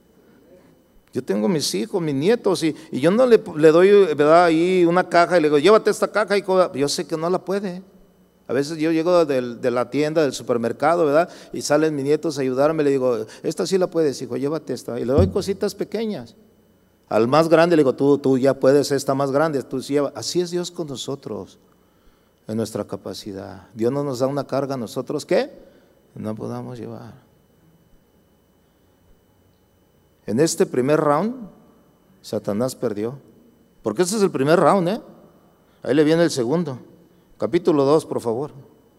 Yo tengo mis hijos, mis nietos, y, y yo no le, le doy, ¿verdad?, ahí una caja y le digo, llévate esta caja, y yo sé que no la puede. A veces yo llego de, de la tienda, del supermercado, ¿verdad?, y salen mis nietos a ayudarme, le digo, esta sí la puedes, hijo, llévate esta, y le doy cositas pequeñas. Al más grande le digo, tú, tú ya puedes esta más grande, tú sí lleva. Así es Dios con nosotros, en nuestra capacidad. Dios no nos da una carga a nosotros, ¿qué? No podamos llevar. En este primer round, Satanás perdió, porque este es el primer round, ¿eh? Ahí le viene el segundo. Capítulo dos, por favor.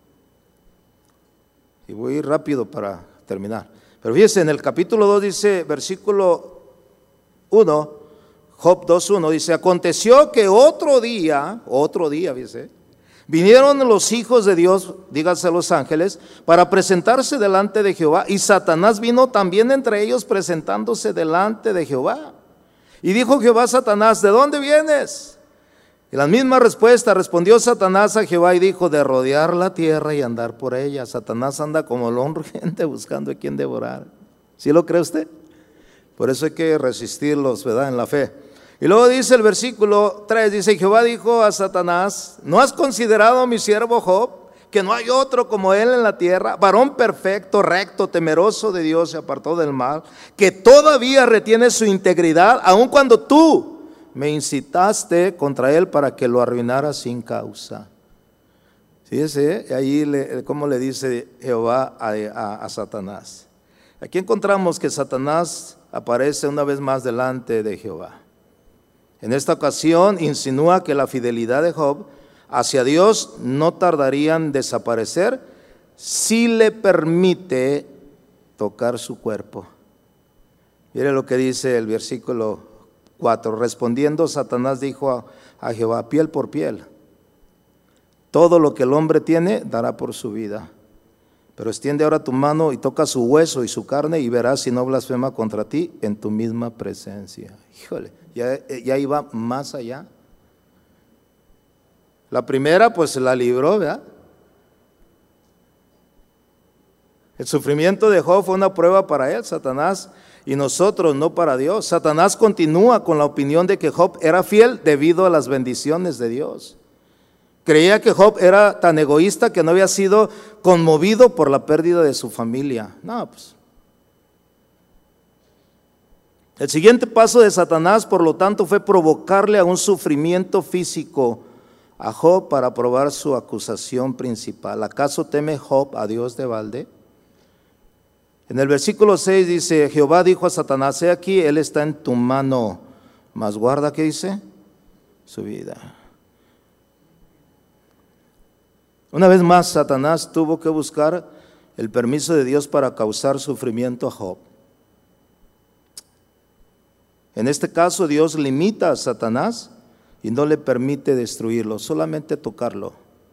Y voy a ir rápido para terminar. Pero fíjense, en el capítulo dos dice, versículo uno, Job dos uno, dice, aconteció que otro día, otro día, fíjense, vinieron los hijos de Dios, díganse los ángeles, para presentarse delante de Jehová, y Satanás vino también entre ellos presentándose delante de Jehová. Y dijo Jehová a Satanás, ¿de dónde vienes? Y la misma respuesta respondió Satanás a Jehová y dijo: de rodear la tierra y andar por ella. Satanás anda como león rugiente buscando a quien devorar. ¿Sí lo cree usted? Por eso hay que resistirlos, ¿verdad? En la fe. Y luego dice el versículo tres, dice: Jehová dijo a Satanás: ¿no has considerado a mi siervo Job, que no hay otro como él en la tierra, varón perfecto, recto, temeroso de Dios, se apartó del mal, que todavía retiene su integridad, aun cuando tú me incitaste contra él para que lo arruinara sin causa? Fíjese, ahí le, cómo le dice Jehová a, a, a Satanás. Aquí encontramos que Satanás aparece una vez más delante de Jehová. En esta ocasión insinúa que la fidelidad de Job hacia Dios no tardaría en desaparecer si le permite tocar su cuerpo. Mire lo que dice el versículo cuatro. Respondiendo Satanás dijo a, a Jehová: piel por piel, todo lo que el hombre tiene dará por su vida. Pero extiende ahora tu mano y toca su hueso y su carne, y verás si no blasfema contra ti en tu misma presencia. Híjole, ya, ya iba más allá. La primera pues la libró, ¿verdad? El sufrimiento de Job fue una prueba para él, Satanás, y nosotros, no para Dios. Satanás continúa con la opinión de que Job era fiel debido a las bendiciones de Dios. Creía que Job era tan egoísta que no había sido conmovido por la pérdida de su familia. No, pues. El siguiente paso de Satanás, por lo tanto, fue provocarle a un sufrimiento físico a Job para probar su acusación principal. ¿Acaso teme Job a Dios de balde? En el versículo seis dice: Jehová dijo a Satanás: he aquí, él está en tu mano, mas guarda, ¿qué dice? Su vida. Una vez más, Satanás tuvo que buscar el permiso de Dios para causar sufrimiento a Job. En este caso, Dios limita a Satanás y no le permite destruirlo, solamente tocarlo.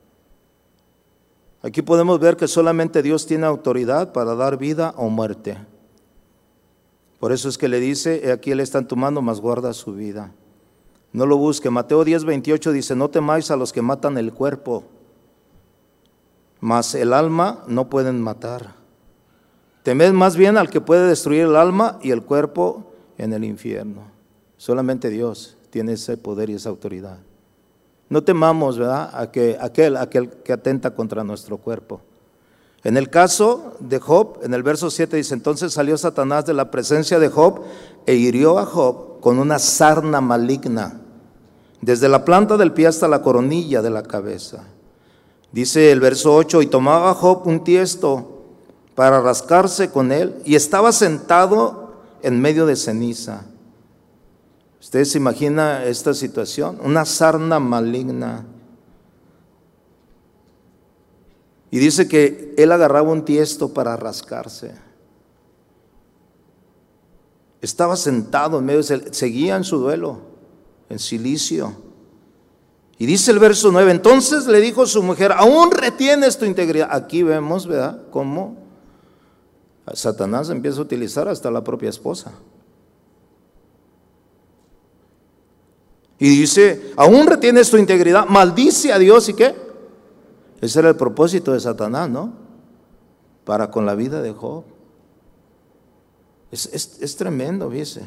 Aquí podemos ver que solamente Dios tiene autoridad para dar vida o muerte. Por eso es que le dice: he aquí, él está en tu mano, mas guarda su vida. No lo busque. Mateo diez veintiocho dice: no temáis a los que matan el cuerpo, mas el alma no pueden matar. Temed más bien al que puede destruir el alma y el cuerpo en el infierno. Solamente Dios tiene ese poder y esa autoridad. No temamos, ¿verdad?, a que, aquel, aquel que atenta contra nuestro cuerpo. En el caso de Job, en el verso siete dice: entonces salió Satanás de la presencia de Job e hirió a Job con una sarna maligna, desde la planta del pie hasta la coronilla de la cabeza. Dice el verso ocho: y tomaba Job un tiesto para rascarse con él, y estaba sentado en medio de ceniza. ¿Usted se imagina esta situación? Una sarna maligna. Y dice que él agarraba un tiesto para rascarse. Estaba sentado en medio de, seguía en su duelo, en silicio. Y dice el verso nueve: entonces le dijo su mujer: aún retienes tu integridad. Aquí vemos, ¿verdad?, cómo Satanás empieza a utilizar hasta la propia esposa. Y dice: aún retienes tu integridad, maldice a Dios. ¿Y qué? Ese era el propósito de Satanás, ¿no? Para con la vida de Job. Es, es, es tremendo, fíjese.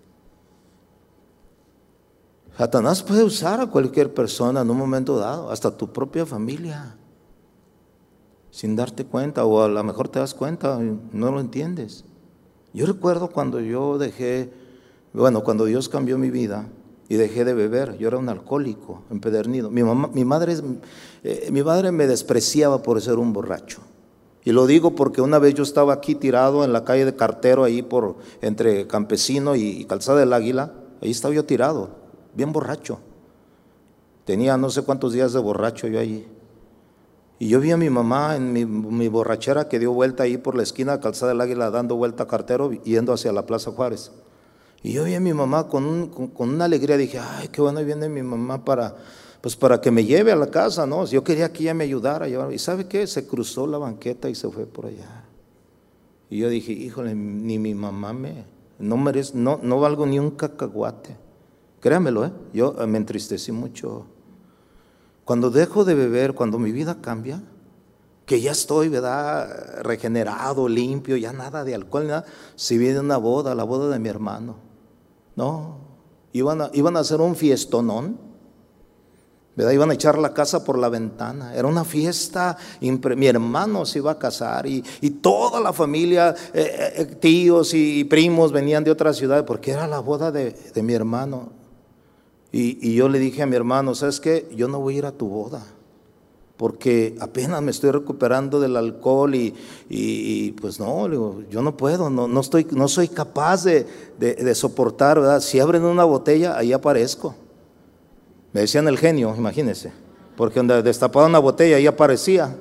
Satanás puede usar a cualquier persona en un momento dado, hasta tu propia familia, sin darte cuenta, o a lo mejor te das cuenta y no lo entiendes. Yo recuerdo cuando yo dejé, bueno, cuando Dios cambió mi vida y dejé de beber. Yo era un alcohólico empedernido. Mi mamá, mi madre, eh, mi madre me despreciaba por ser un borracho. Y lo digo porque una vez yo estaba aquí tirado en la calle de Cartero, ahí por entre Campesino y, y Calzada del Águila. Ahí estaba yo tirado, bien borracho. Tenía no sé cuántos días de borracho yo allí. Y yo vi a mi mamá en mi, mi borrachera, que dio vuelta ahí por la esquina de Calzada del Águila, dando vuelta a Cartero, yendo hacia la Plaza Juárez. Y yo vi a mi mamá con, un, con, con una alegría. Dije: ay, qué bueno, viene mi mamá para, pues para que me lleve a la casa, ¿no? Yo quería que ella me ayudara a llevar. ¿Y sabe qué? Se cruzó la banqueta y se fue por allá. Y yo dije: híjole, ni mi mamá me, no merece, no, no valgo ni un cacahuate Créanmelo, ¿eh? Yo me entristecí mucho. Cuando dejo de beber, cuando mi vida cambia, que ya estoy, ¿verdad?, regenerado, limpio, ya nada de alcohol, nada. Si viene una boda, la boda de mi hermano, no, iban a, iban a hacer un fiestonón, ¿verdad? Iban a echar la casa por la ventana, era una fiesta, mi hermano se iba a casar y, y toda la familia, eh, eh, tíos y primos venían de otra ciudad porque era la boda de, de mi hermano. Y, y yo le dije a mi hermano, ¿sabes qué? Yo no voy a ir a tu boda, porque apenas me estoy recuperando del alcohol y, y, y pues no, le digo, yo no puedo, no, no, estoy, no soy capaz de, de, de soportar, ¿verdad? Si abren una botella, ahí aparezco. Me decían el genio, imagínense, porque donde destapaban una botella, ahí aparecía.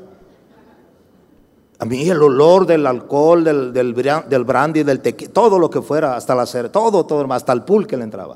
A mí el olor del alcohol, del, del, del brandy, del tequila, todo lo que fuera, hasta la cera, todo, todo, hasta el pool que le entraba.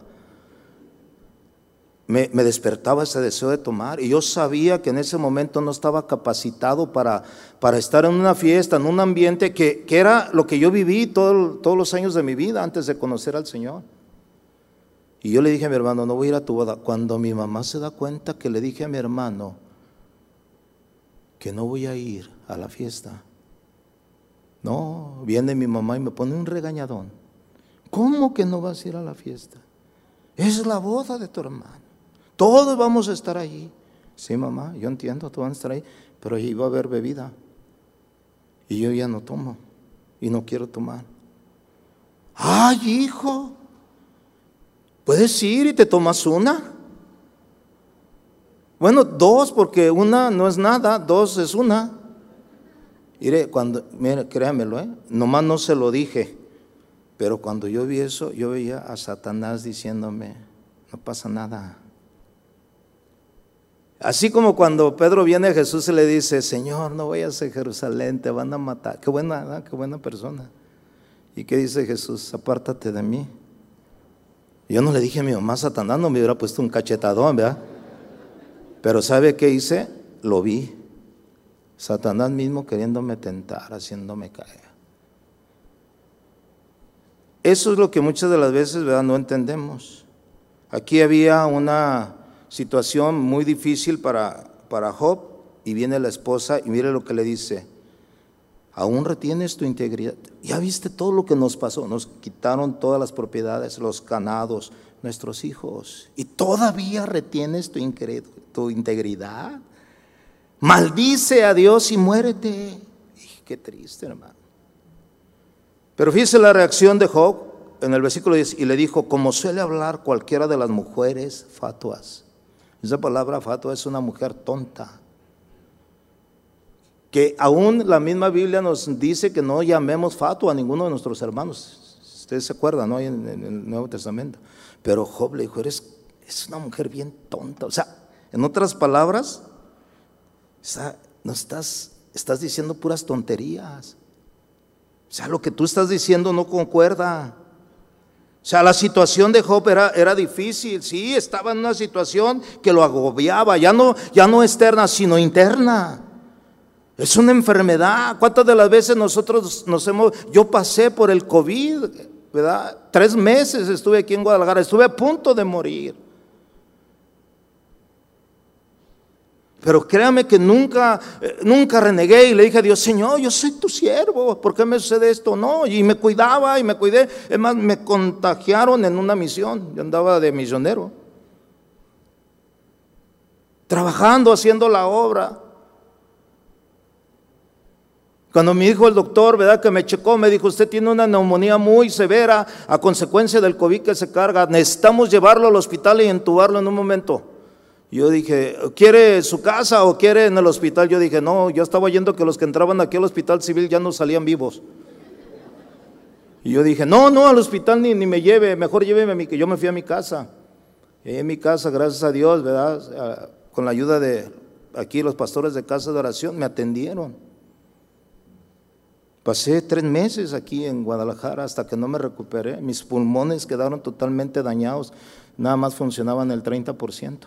Me, me despertaba ese deseo de tomar y yo sabía que en ese momento no estaba capacitado para, para estar en una fiesta, en un ambiente que, que era lo que yo viví todo, todos los años de mi vida antes de conocer al Señor. Y yo le dije a mi hermano, no voy a ir a tu boda. Cuando mi mamá se da cuenta que le dije a mi hermano que no voy a ir a la fiesta, no, viene mi mamá y me pone un regañadón. ¿Cómo que no vas a ir a la fiesta? Es la boda de tu hermano. Todos vamos a estar allí. Sí, mamá, yo entiendo, todos van a estar ahí, pero allí va a haber bebida. Y yo ya no tomo y no quiero tomar. Ay, hijo, ¿puedes ir y te tomas una? Bueno, dos, porque una no es nada, dos es una. Mire, cuando, mire, créamelo, ¿eh? Nomás no se lo dije, pero cuando yo vi eso, yo veía a Satanás diciéndome, no pasa nada. Así como cuando Pedro viene a Jesús y le dice, Señor, no vayas a Jerusalén, te van a matar. Qué buena, ¿no? Qué buena persona. ¿Y qué dice Jesús? Apártate de mí. Yo no le dije a mi mamá, Satanás no me hubiera puesto un cachetadón, ¿verdad? Pero ¿sabe qué hice? Lo vi. Satanás mismo queriéndome tentar, haciéndome caer. Eso es lo que muchas de las veces, ¿verdad?, no entendemos. Aquí había una situación muy difícil para, para Job, y viene la esposa y mire lo que le dice, aún retienes tu integridad. Ya viste todo lo que nos pasó, nos quitaron todas las propiedades, los ganados, nuestros hijos, y todavía retienes tu, tu integridad. Maldice a Dios y muérete. Y qué triste, hermano. Pero fíjese la reacción de Job en el versículo diez, y le dijo, como suele hablar cualquiera de las mujeres fatuas. Esa palabra fatua es una mujer tonta, que aún la misma Biblia nos dice que no llamemos fatua a ninguno de nuestros hermanos. Ustedes se acuerdan, ¿no? En, en el Nuevo Testamento. Pero Job le dijo, eres es una mujer bien tonta. O sea, en otras palabras, o sea, no estás, estás diciendo puras tonterías. O sea, lo que tú estás diciendo no concuerda. O sea, la situación de Job era, era difícil, sí, estaba en una situación que lo agobiaba, ya no, ya no externa, sino interna. Es una enfermedad. ¿Cuántas de las veces nosotros nos hemos, yo pasé por el COVID, ¿verdad? Tres meses estuve aquí en Guadalajara, estuve a punto de morir. Pero créame que nunca, nunca renegué y le dije a Dios, Señor, yo soy tu siervo, ¿por qué me sucede esto? No, y me cuidaba y me cuidé. Es más, me contagiaron en una misión, yo andaba de misionero, trabajando, haciendo la obra. Cuando me dijo el doctor, ¿verdad?, que me checó, me dijo, usted tiene una neumonía muy severa a consecuencia del COVID que se carga, necesitamos llevarlo al hospital y entubarlo en un momento. Yo dije, ¿quiere su casa o quiere en el hospital? Yo dije, no, yo estaba oyendo que los que entraban aquí al hospital civil ya no salían vivos. Y yo dije, no, no, al hospital ni, ni me lleve, mejor lléveme a mí, que yo me fui a mi casa. Y en mi casa, gracias a Dios, ¿verdad?, con la ayuda de aquí los pastores de casa de oración, me atendieron. Pasé tres meses aquí en Guadalajara hasta que no me recuperé. Mis pulmones quedaron totalmente dañados, nada más funcionaban el treinta por ciento.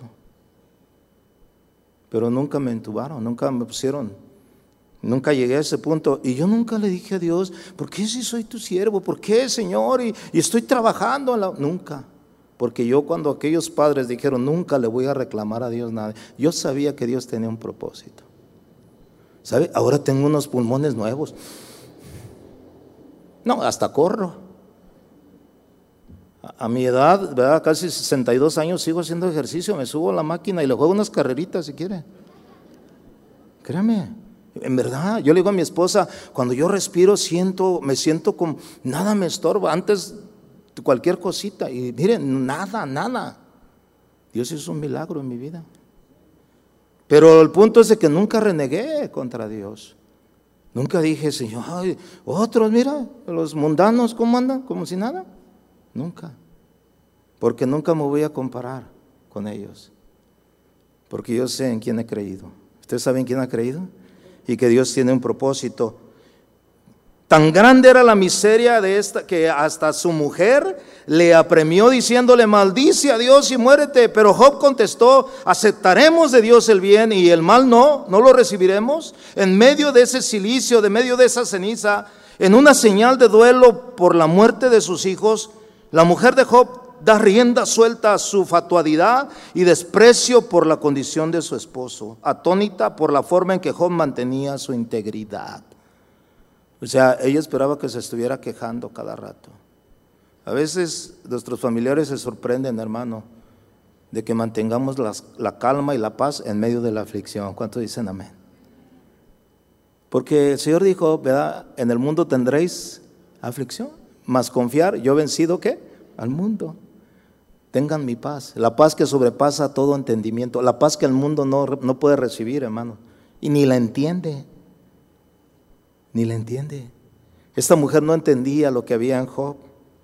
Pero nunca me entubaron, nunca me pusieron, nunca llegué a ese punto. Y yo nunca le dije a Dios, ¿por qué si soy tu siervo? ¿Por qué, Señor? Y, y estoy trabajando en la... Nunca. Porque yo, cuando aquellos padres dijeron, nunca le voy a reclamar a Dios nada, yo sabía que Dios tenía un propósito. ¿Sabe? Ahora tengo unos pulmones nuevos. No, hasta corro. A, a mi edad, ¿verdad? Casi sesenta y dos años, sigo haciendo ejercicio, me subo a la máquina y le juego unas carreritas si quiere. Créame, en verdad, yo le digo a mi esposa, cuando yo respiro siento, me siento como, nada me estorba, antes cualquier cosita, y miren, nada, nada. Dios hizo un milagro en mi vida. Pero el punto es de que nunca renegué contra Dios. Nunca dije, Señor, ay, otros, mira, los mundanos, ¿cómo andan? Como si nada. Nunca. Porque nunca me voy a comparar con ellos. Porque yo sé en quién he creído. ¿Ustedes saben quién ha creído? Y que Dios tiene un propósito. Tan grande era la miseria de esta que hasta su mujer le apremió diciéndole, maldice a Dios y muérete. Pero Job contestó, aceptaremos de Dios el bien y el mal no, no lo recibiremos. En medio de ese silicio, de medio de esa ceniza, en una señal de duelo por la muerte de sus hijos, la mujer de Job da rienda suelta a su fatuidad y desprecio por la condición de su esposo, atónita por la forma en que Job mantenía su integridad. O sea, ella esperaba que se estuviera quejando cada rato. A veces nuestros familiares se sorprenden, hermano, de que mantengamos las, la calma y la paz en medio de la aflicción. ¿Cuántos dicen amén? Porque el Señor dijo, ¿verdad? En el mundo tendréis aflicción, mas confiar, yo he vencido, ¿qué? Al mundo. Tengan mi paz, la paz que sobrepasa todo entendimiento, la paz que el mundo no, no puede recibir, hermano, y ni la entiende. Ni la entiende. Esta mujer no entendía lo que había en Job.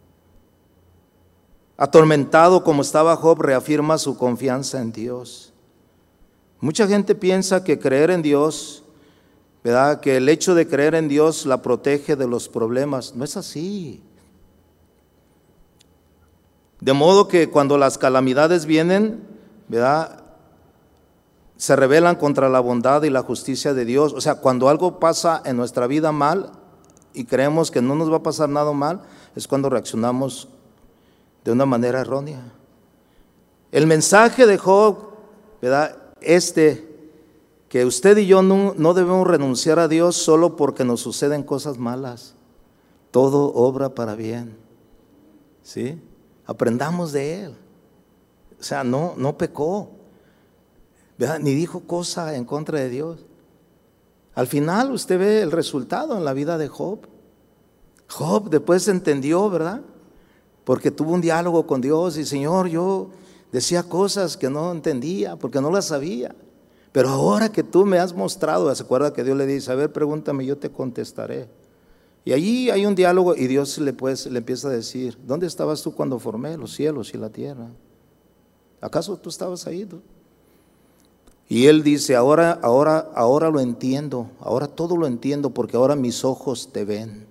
Atormentado como estaba Job, reafirma su confianza en Dios. Mucha gente piensa que creer en Dios, ¿verdad? Que el hecho de creer en Dios la protege de los problemas. No es así. De modo que cuando las calamidades vienen, ¿verdad?, se rebelan contra la bondad y la justicia de Dios. O sea, cuando algo pasa en nuestra vida mal y creemos que no nos va a pasar nada mal, es cuando reaccionamos de una manera errónea. El mensaje de Job, ¿verdad?, este, que usted y yo no, no debemos renunciar a Dios solo porque nos suceden cosas malas. Todo obra para bien. ¿Sí? Aprendamos de Él. O sea, no, no pecó, ¿verdad? Ni dijo cosa en contra de Dios. Al final usted ve el resultado en la vida de Job. Job después entendió, ¿verdad? Porque tuvo un diálogo con Dios y, Señor, yo decía cosas que no entendía porque no las sabía. Pero ahora que tú me has mostrado, se acuerda que Dios le dice, a ver, pregúntame, yo te contestaré. Y allí hay un diálogo y Dios le, pues, le empieza a decir, ¿dónde estabas tú cuando formé los cielos y la tierra? ¿Acaso tú estabas ahí? ¿Tú? Y él dice, ahora, ahora, ahora lo entiendo, ahora todo lo entiendo porque ahora mis ojos te ven.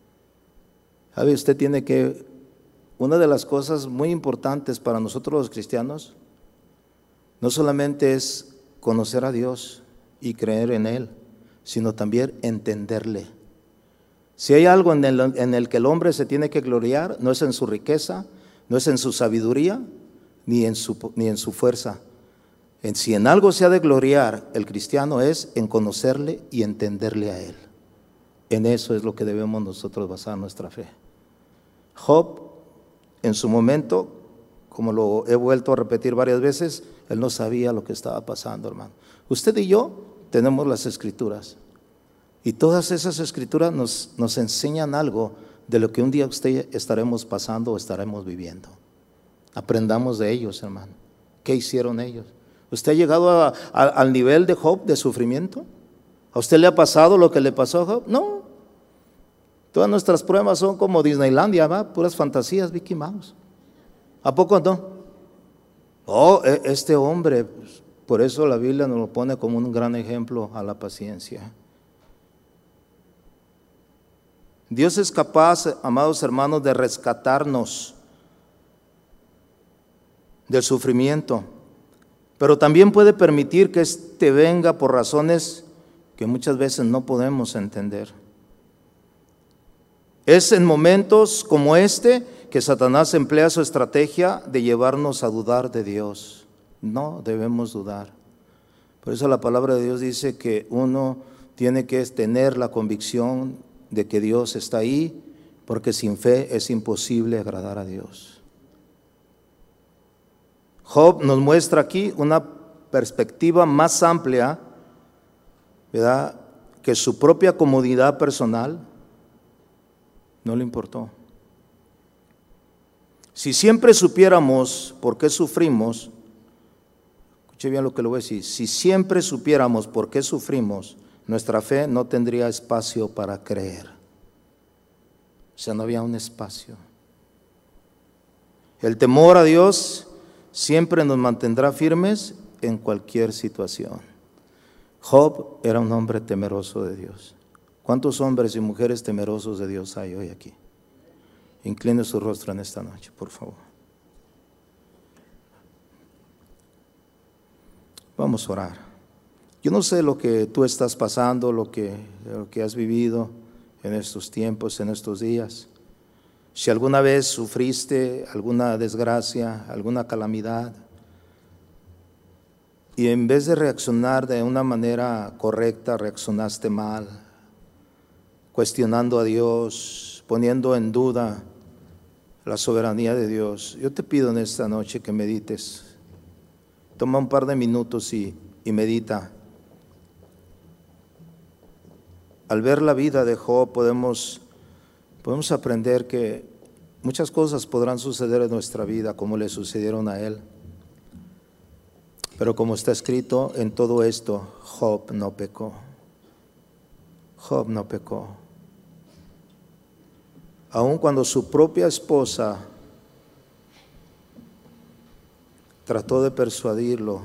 ¿Sabe? Usted tiene que, una de las cosas muy importantes para nosotros los cristianos, no solamente es conocer a Dios y creer en Él, sino también entenderle. Si hay algo en el, en el que el hombre se tiene que gloriar, no es en su riqueza, no es en su sabiduría, ni en su, ni en su fuerza. En, si en algo se ha de gloriar el cristiano es en conocerle y entenderle a Él. En eso es lo que debemos nosotros basar nuestra fe. Job, en su momento, como lo he vuelto a repetir varias veces, él no sabía lo que estaba pasando, hermano. Usted y yo tenemos las escrituras. Y todas esas escrituras nos, nos enseñan algo de lo que un día usted estaremos pasando o estaremos viviendo. Aprendamos de ellos, hermano. ¿Qué hicieron ellos? ¿Usted ha llegado a, a, al nivel de Job de sufrimiento? ¿A usted le ha pasado lo que le pasó a Job? No. Todas nuestras pruebas son como Disneylandia, ¿va? Puras fantasías, Mickey Mouse. ¿A poco no? Oh, este hombre, por eso la Biblia nos lo pone como un gran ejemplo a la paciencia. Dios es capaz, amados hermanos, de rescatarnos del sufrimiento, pero también puede permitir que éste venga por razones que muchas veces no podemos entender. Es en momentos como este que Satanás emplea su estrategia de llevarnos a dudar de Dios. No debemos dudar. Por eso la palabra de Dios dice que uno tiene que tener la convicción de que Dios está ahí, porque sin fe es imposible agradar a Dios. Job nos muestra aquí una perspectiva más amplia, ¿verdad?, que su propia comodidad personal no le importó. Si siempre supiéramos por qué sufrimos, escuche bien lo que le voy a decir, si siempre supiéramos por qué sufrimos, nuestra fe no tendría espacio para creer. O sea, no había un espacio. El temor a Dios siempre nos mantendrá firmes en cualquier situación. Job era un hombre temeroso de Dios. ¿Cuántos hombres y mujeres temerosos de Dios hay hoy aquí? Incline su rostro en esta noche, por favor. Vamos a orar. Yo no sé lo que tú estás pasando, lo que, lo que has vivido en estos tiempos, en estos días. Si alguna vez sufriste alguna desgracia, alguna calamidad, y en vez de reaccionar de una manera correcta, reaccionaste mal, cuestionando a Dios, poniendo en duda la soberanía de Dios. Yo te pido en esta noche que medites. Toma un par de minutos y, y medita. Al ver la vida de Job podemos, podemos aprender que muchas cosas podrán suceder en nuestra vida como le sucedieron a él. Pero como está escrito, en todo esto Job no pecó. Job no pecó. Aun cuando su propia esposa trató de persuadirlo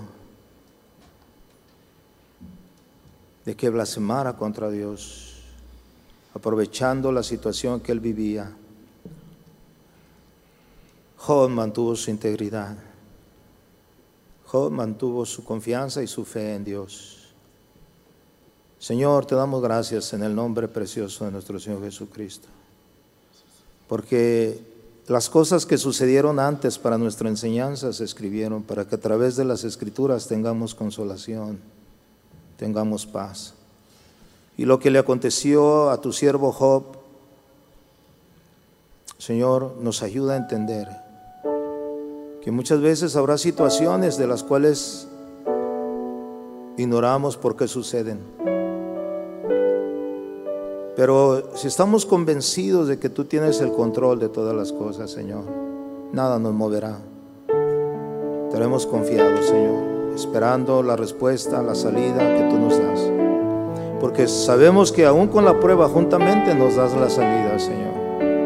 de que blasfemara contra Dios, aprovechando la situación que él vivía, Job mantuvo su integridad. Job mantuvo su confianza y su fe en Dios. Señor, te damos gracias en el nombre precioso de nuestro Señor Jesucristo, porque las cosas que sucedieron antes para nuestra enseñanza se escribieron para que a través de las Escrituras tengamos consolación, tengamos paz. Y lo que le aconteció a tu siervo Job, Señor, nos ayuda a entender que muchas veces habrá situaciones de las cuales ignoramos por qué suceden. Pero si estamos convencidos de que tú tienes el control de todas las cosas, Señor, nada nos moverá. Estaremos confiados, Señor, esperando la respuesta, la salida que tú nos das. Porque sabemos que aún con la prueba juntamente nos das la salida, Señor.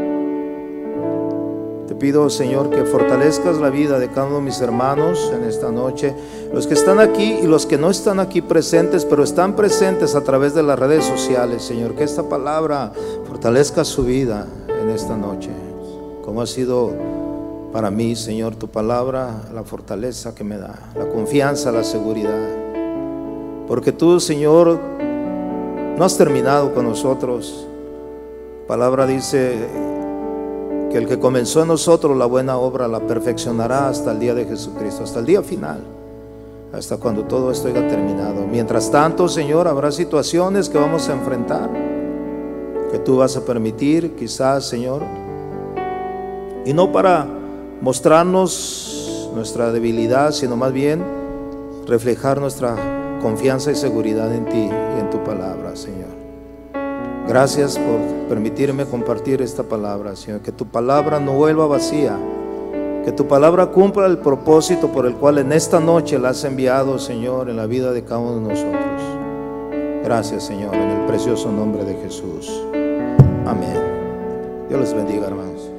Te pido, Señor, que fortalezcas la vida de cada uno de mis hermanos en esta noche, los que están aquí y los que no están aquí presentes, pero están presentes a través de las redes sociales, Señor, que esta palabra fortalezca su vida en esta noche, como ha sido para mí, Señor, tu palabra, la fortaleza que me da, la confianza, la seguridad, porque tú, Señor, no has terminado con nosotros. La palabra dice que el que comenzó en nosotros la buena obra la perfeccionará hasta el día de Jesucristo, hasta el día final, hasta cuando todo esto haya terminado. Mientras tanto, Señor, habrá situaciones que vamos a enfrentar, que tú vas a permitir, quizás, Señor, y no para mostrarnos nuestra debilidad, sino más bien reflejar nuestra confianza y seguridad en ti y en tu palabra, Señor. Gracias por permitirme compartir esta palabra, Señor. Que tu palabra no vuelva vacía, que tu palabra cumpla el propósito por el cual en esta noche la has enviado, Señor, en la vida de cada uno de nosotros. Gracias, Señor, en el precioso nombre de Jesús. Amén. Dios les bendiga, hermanos.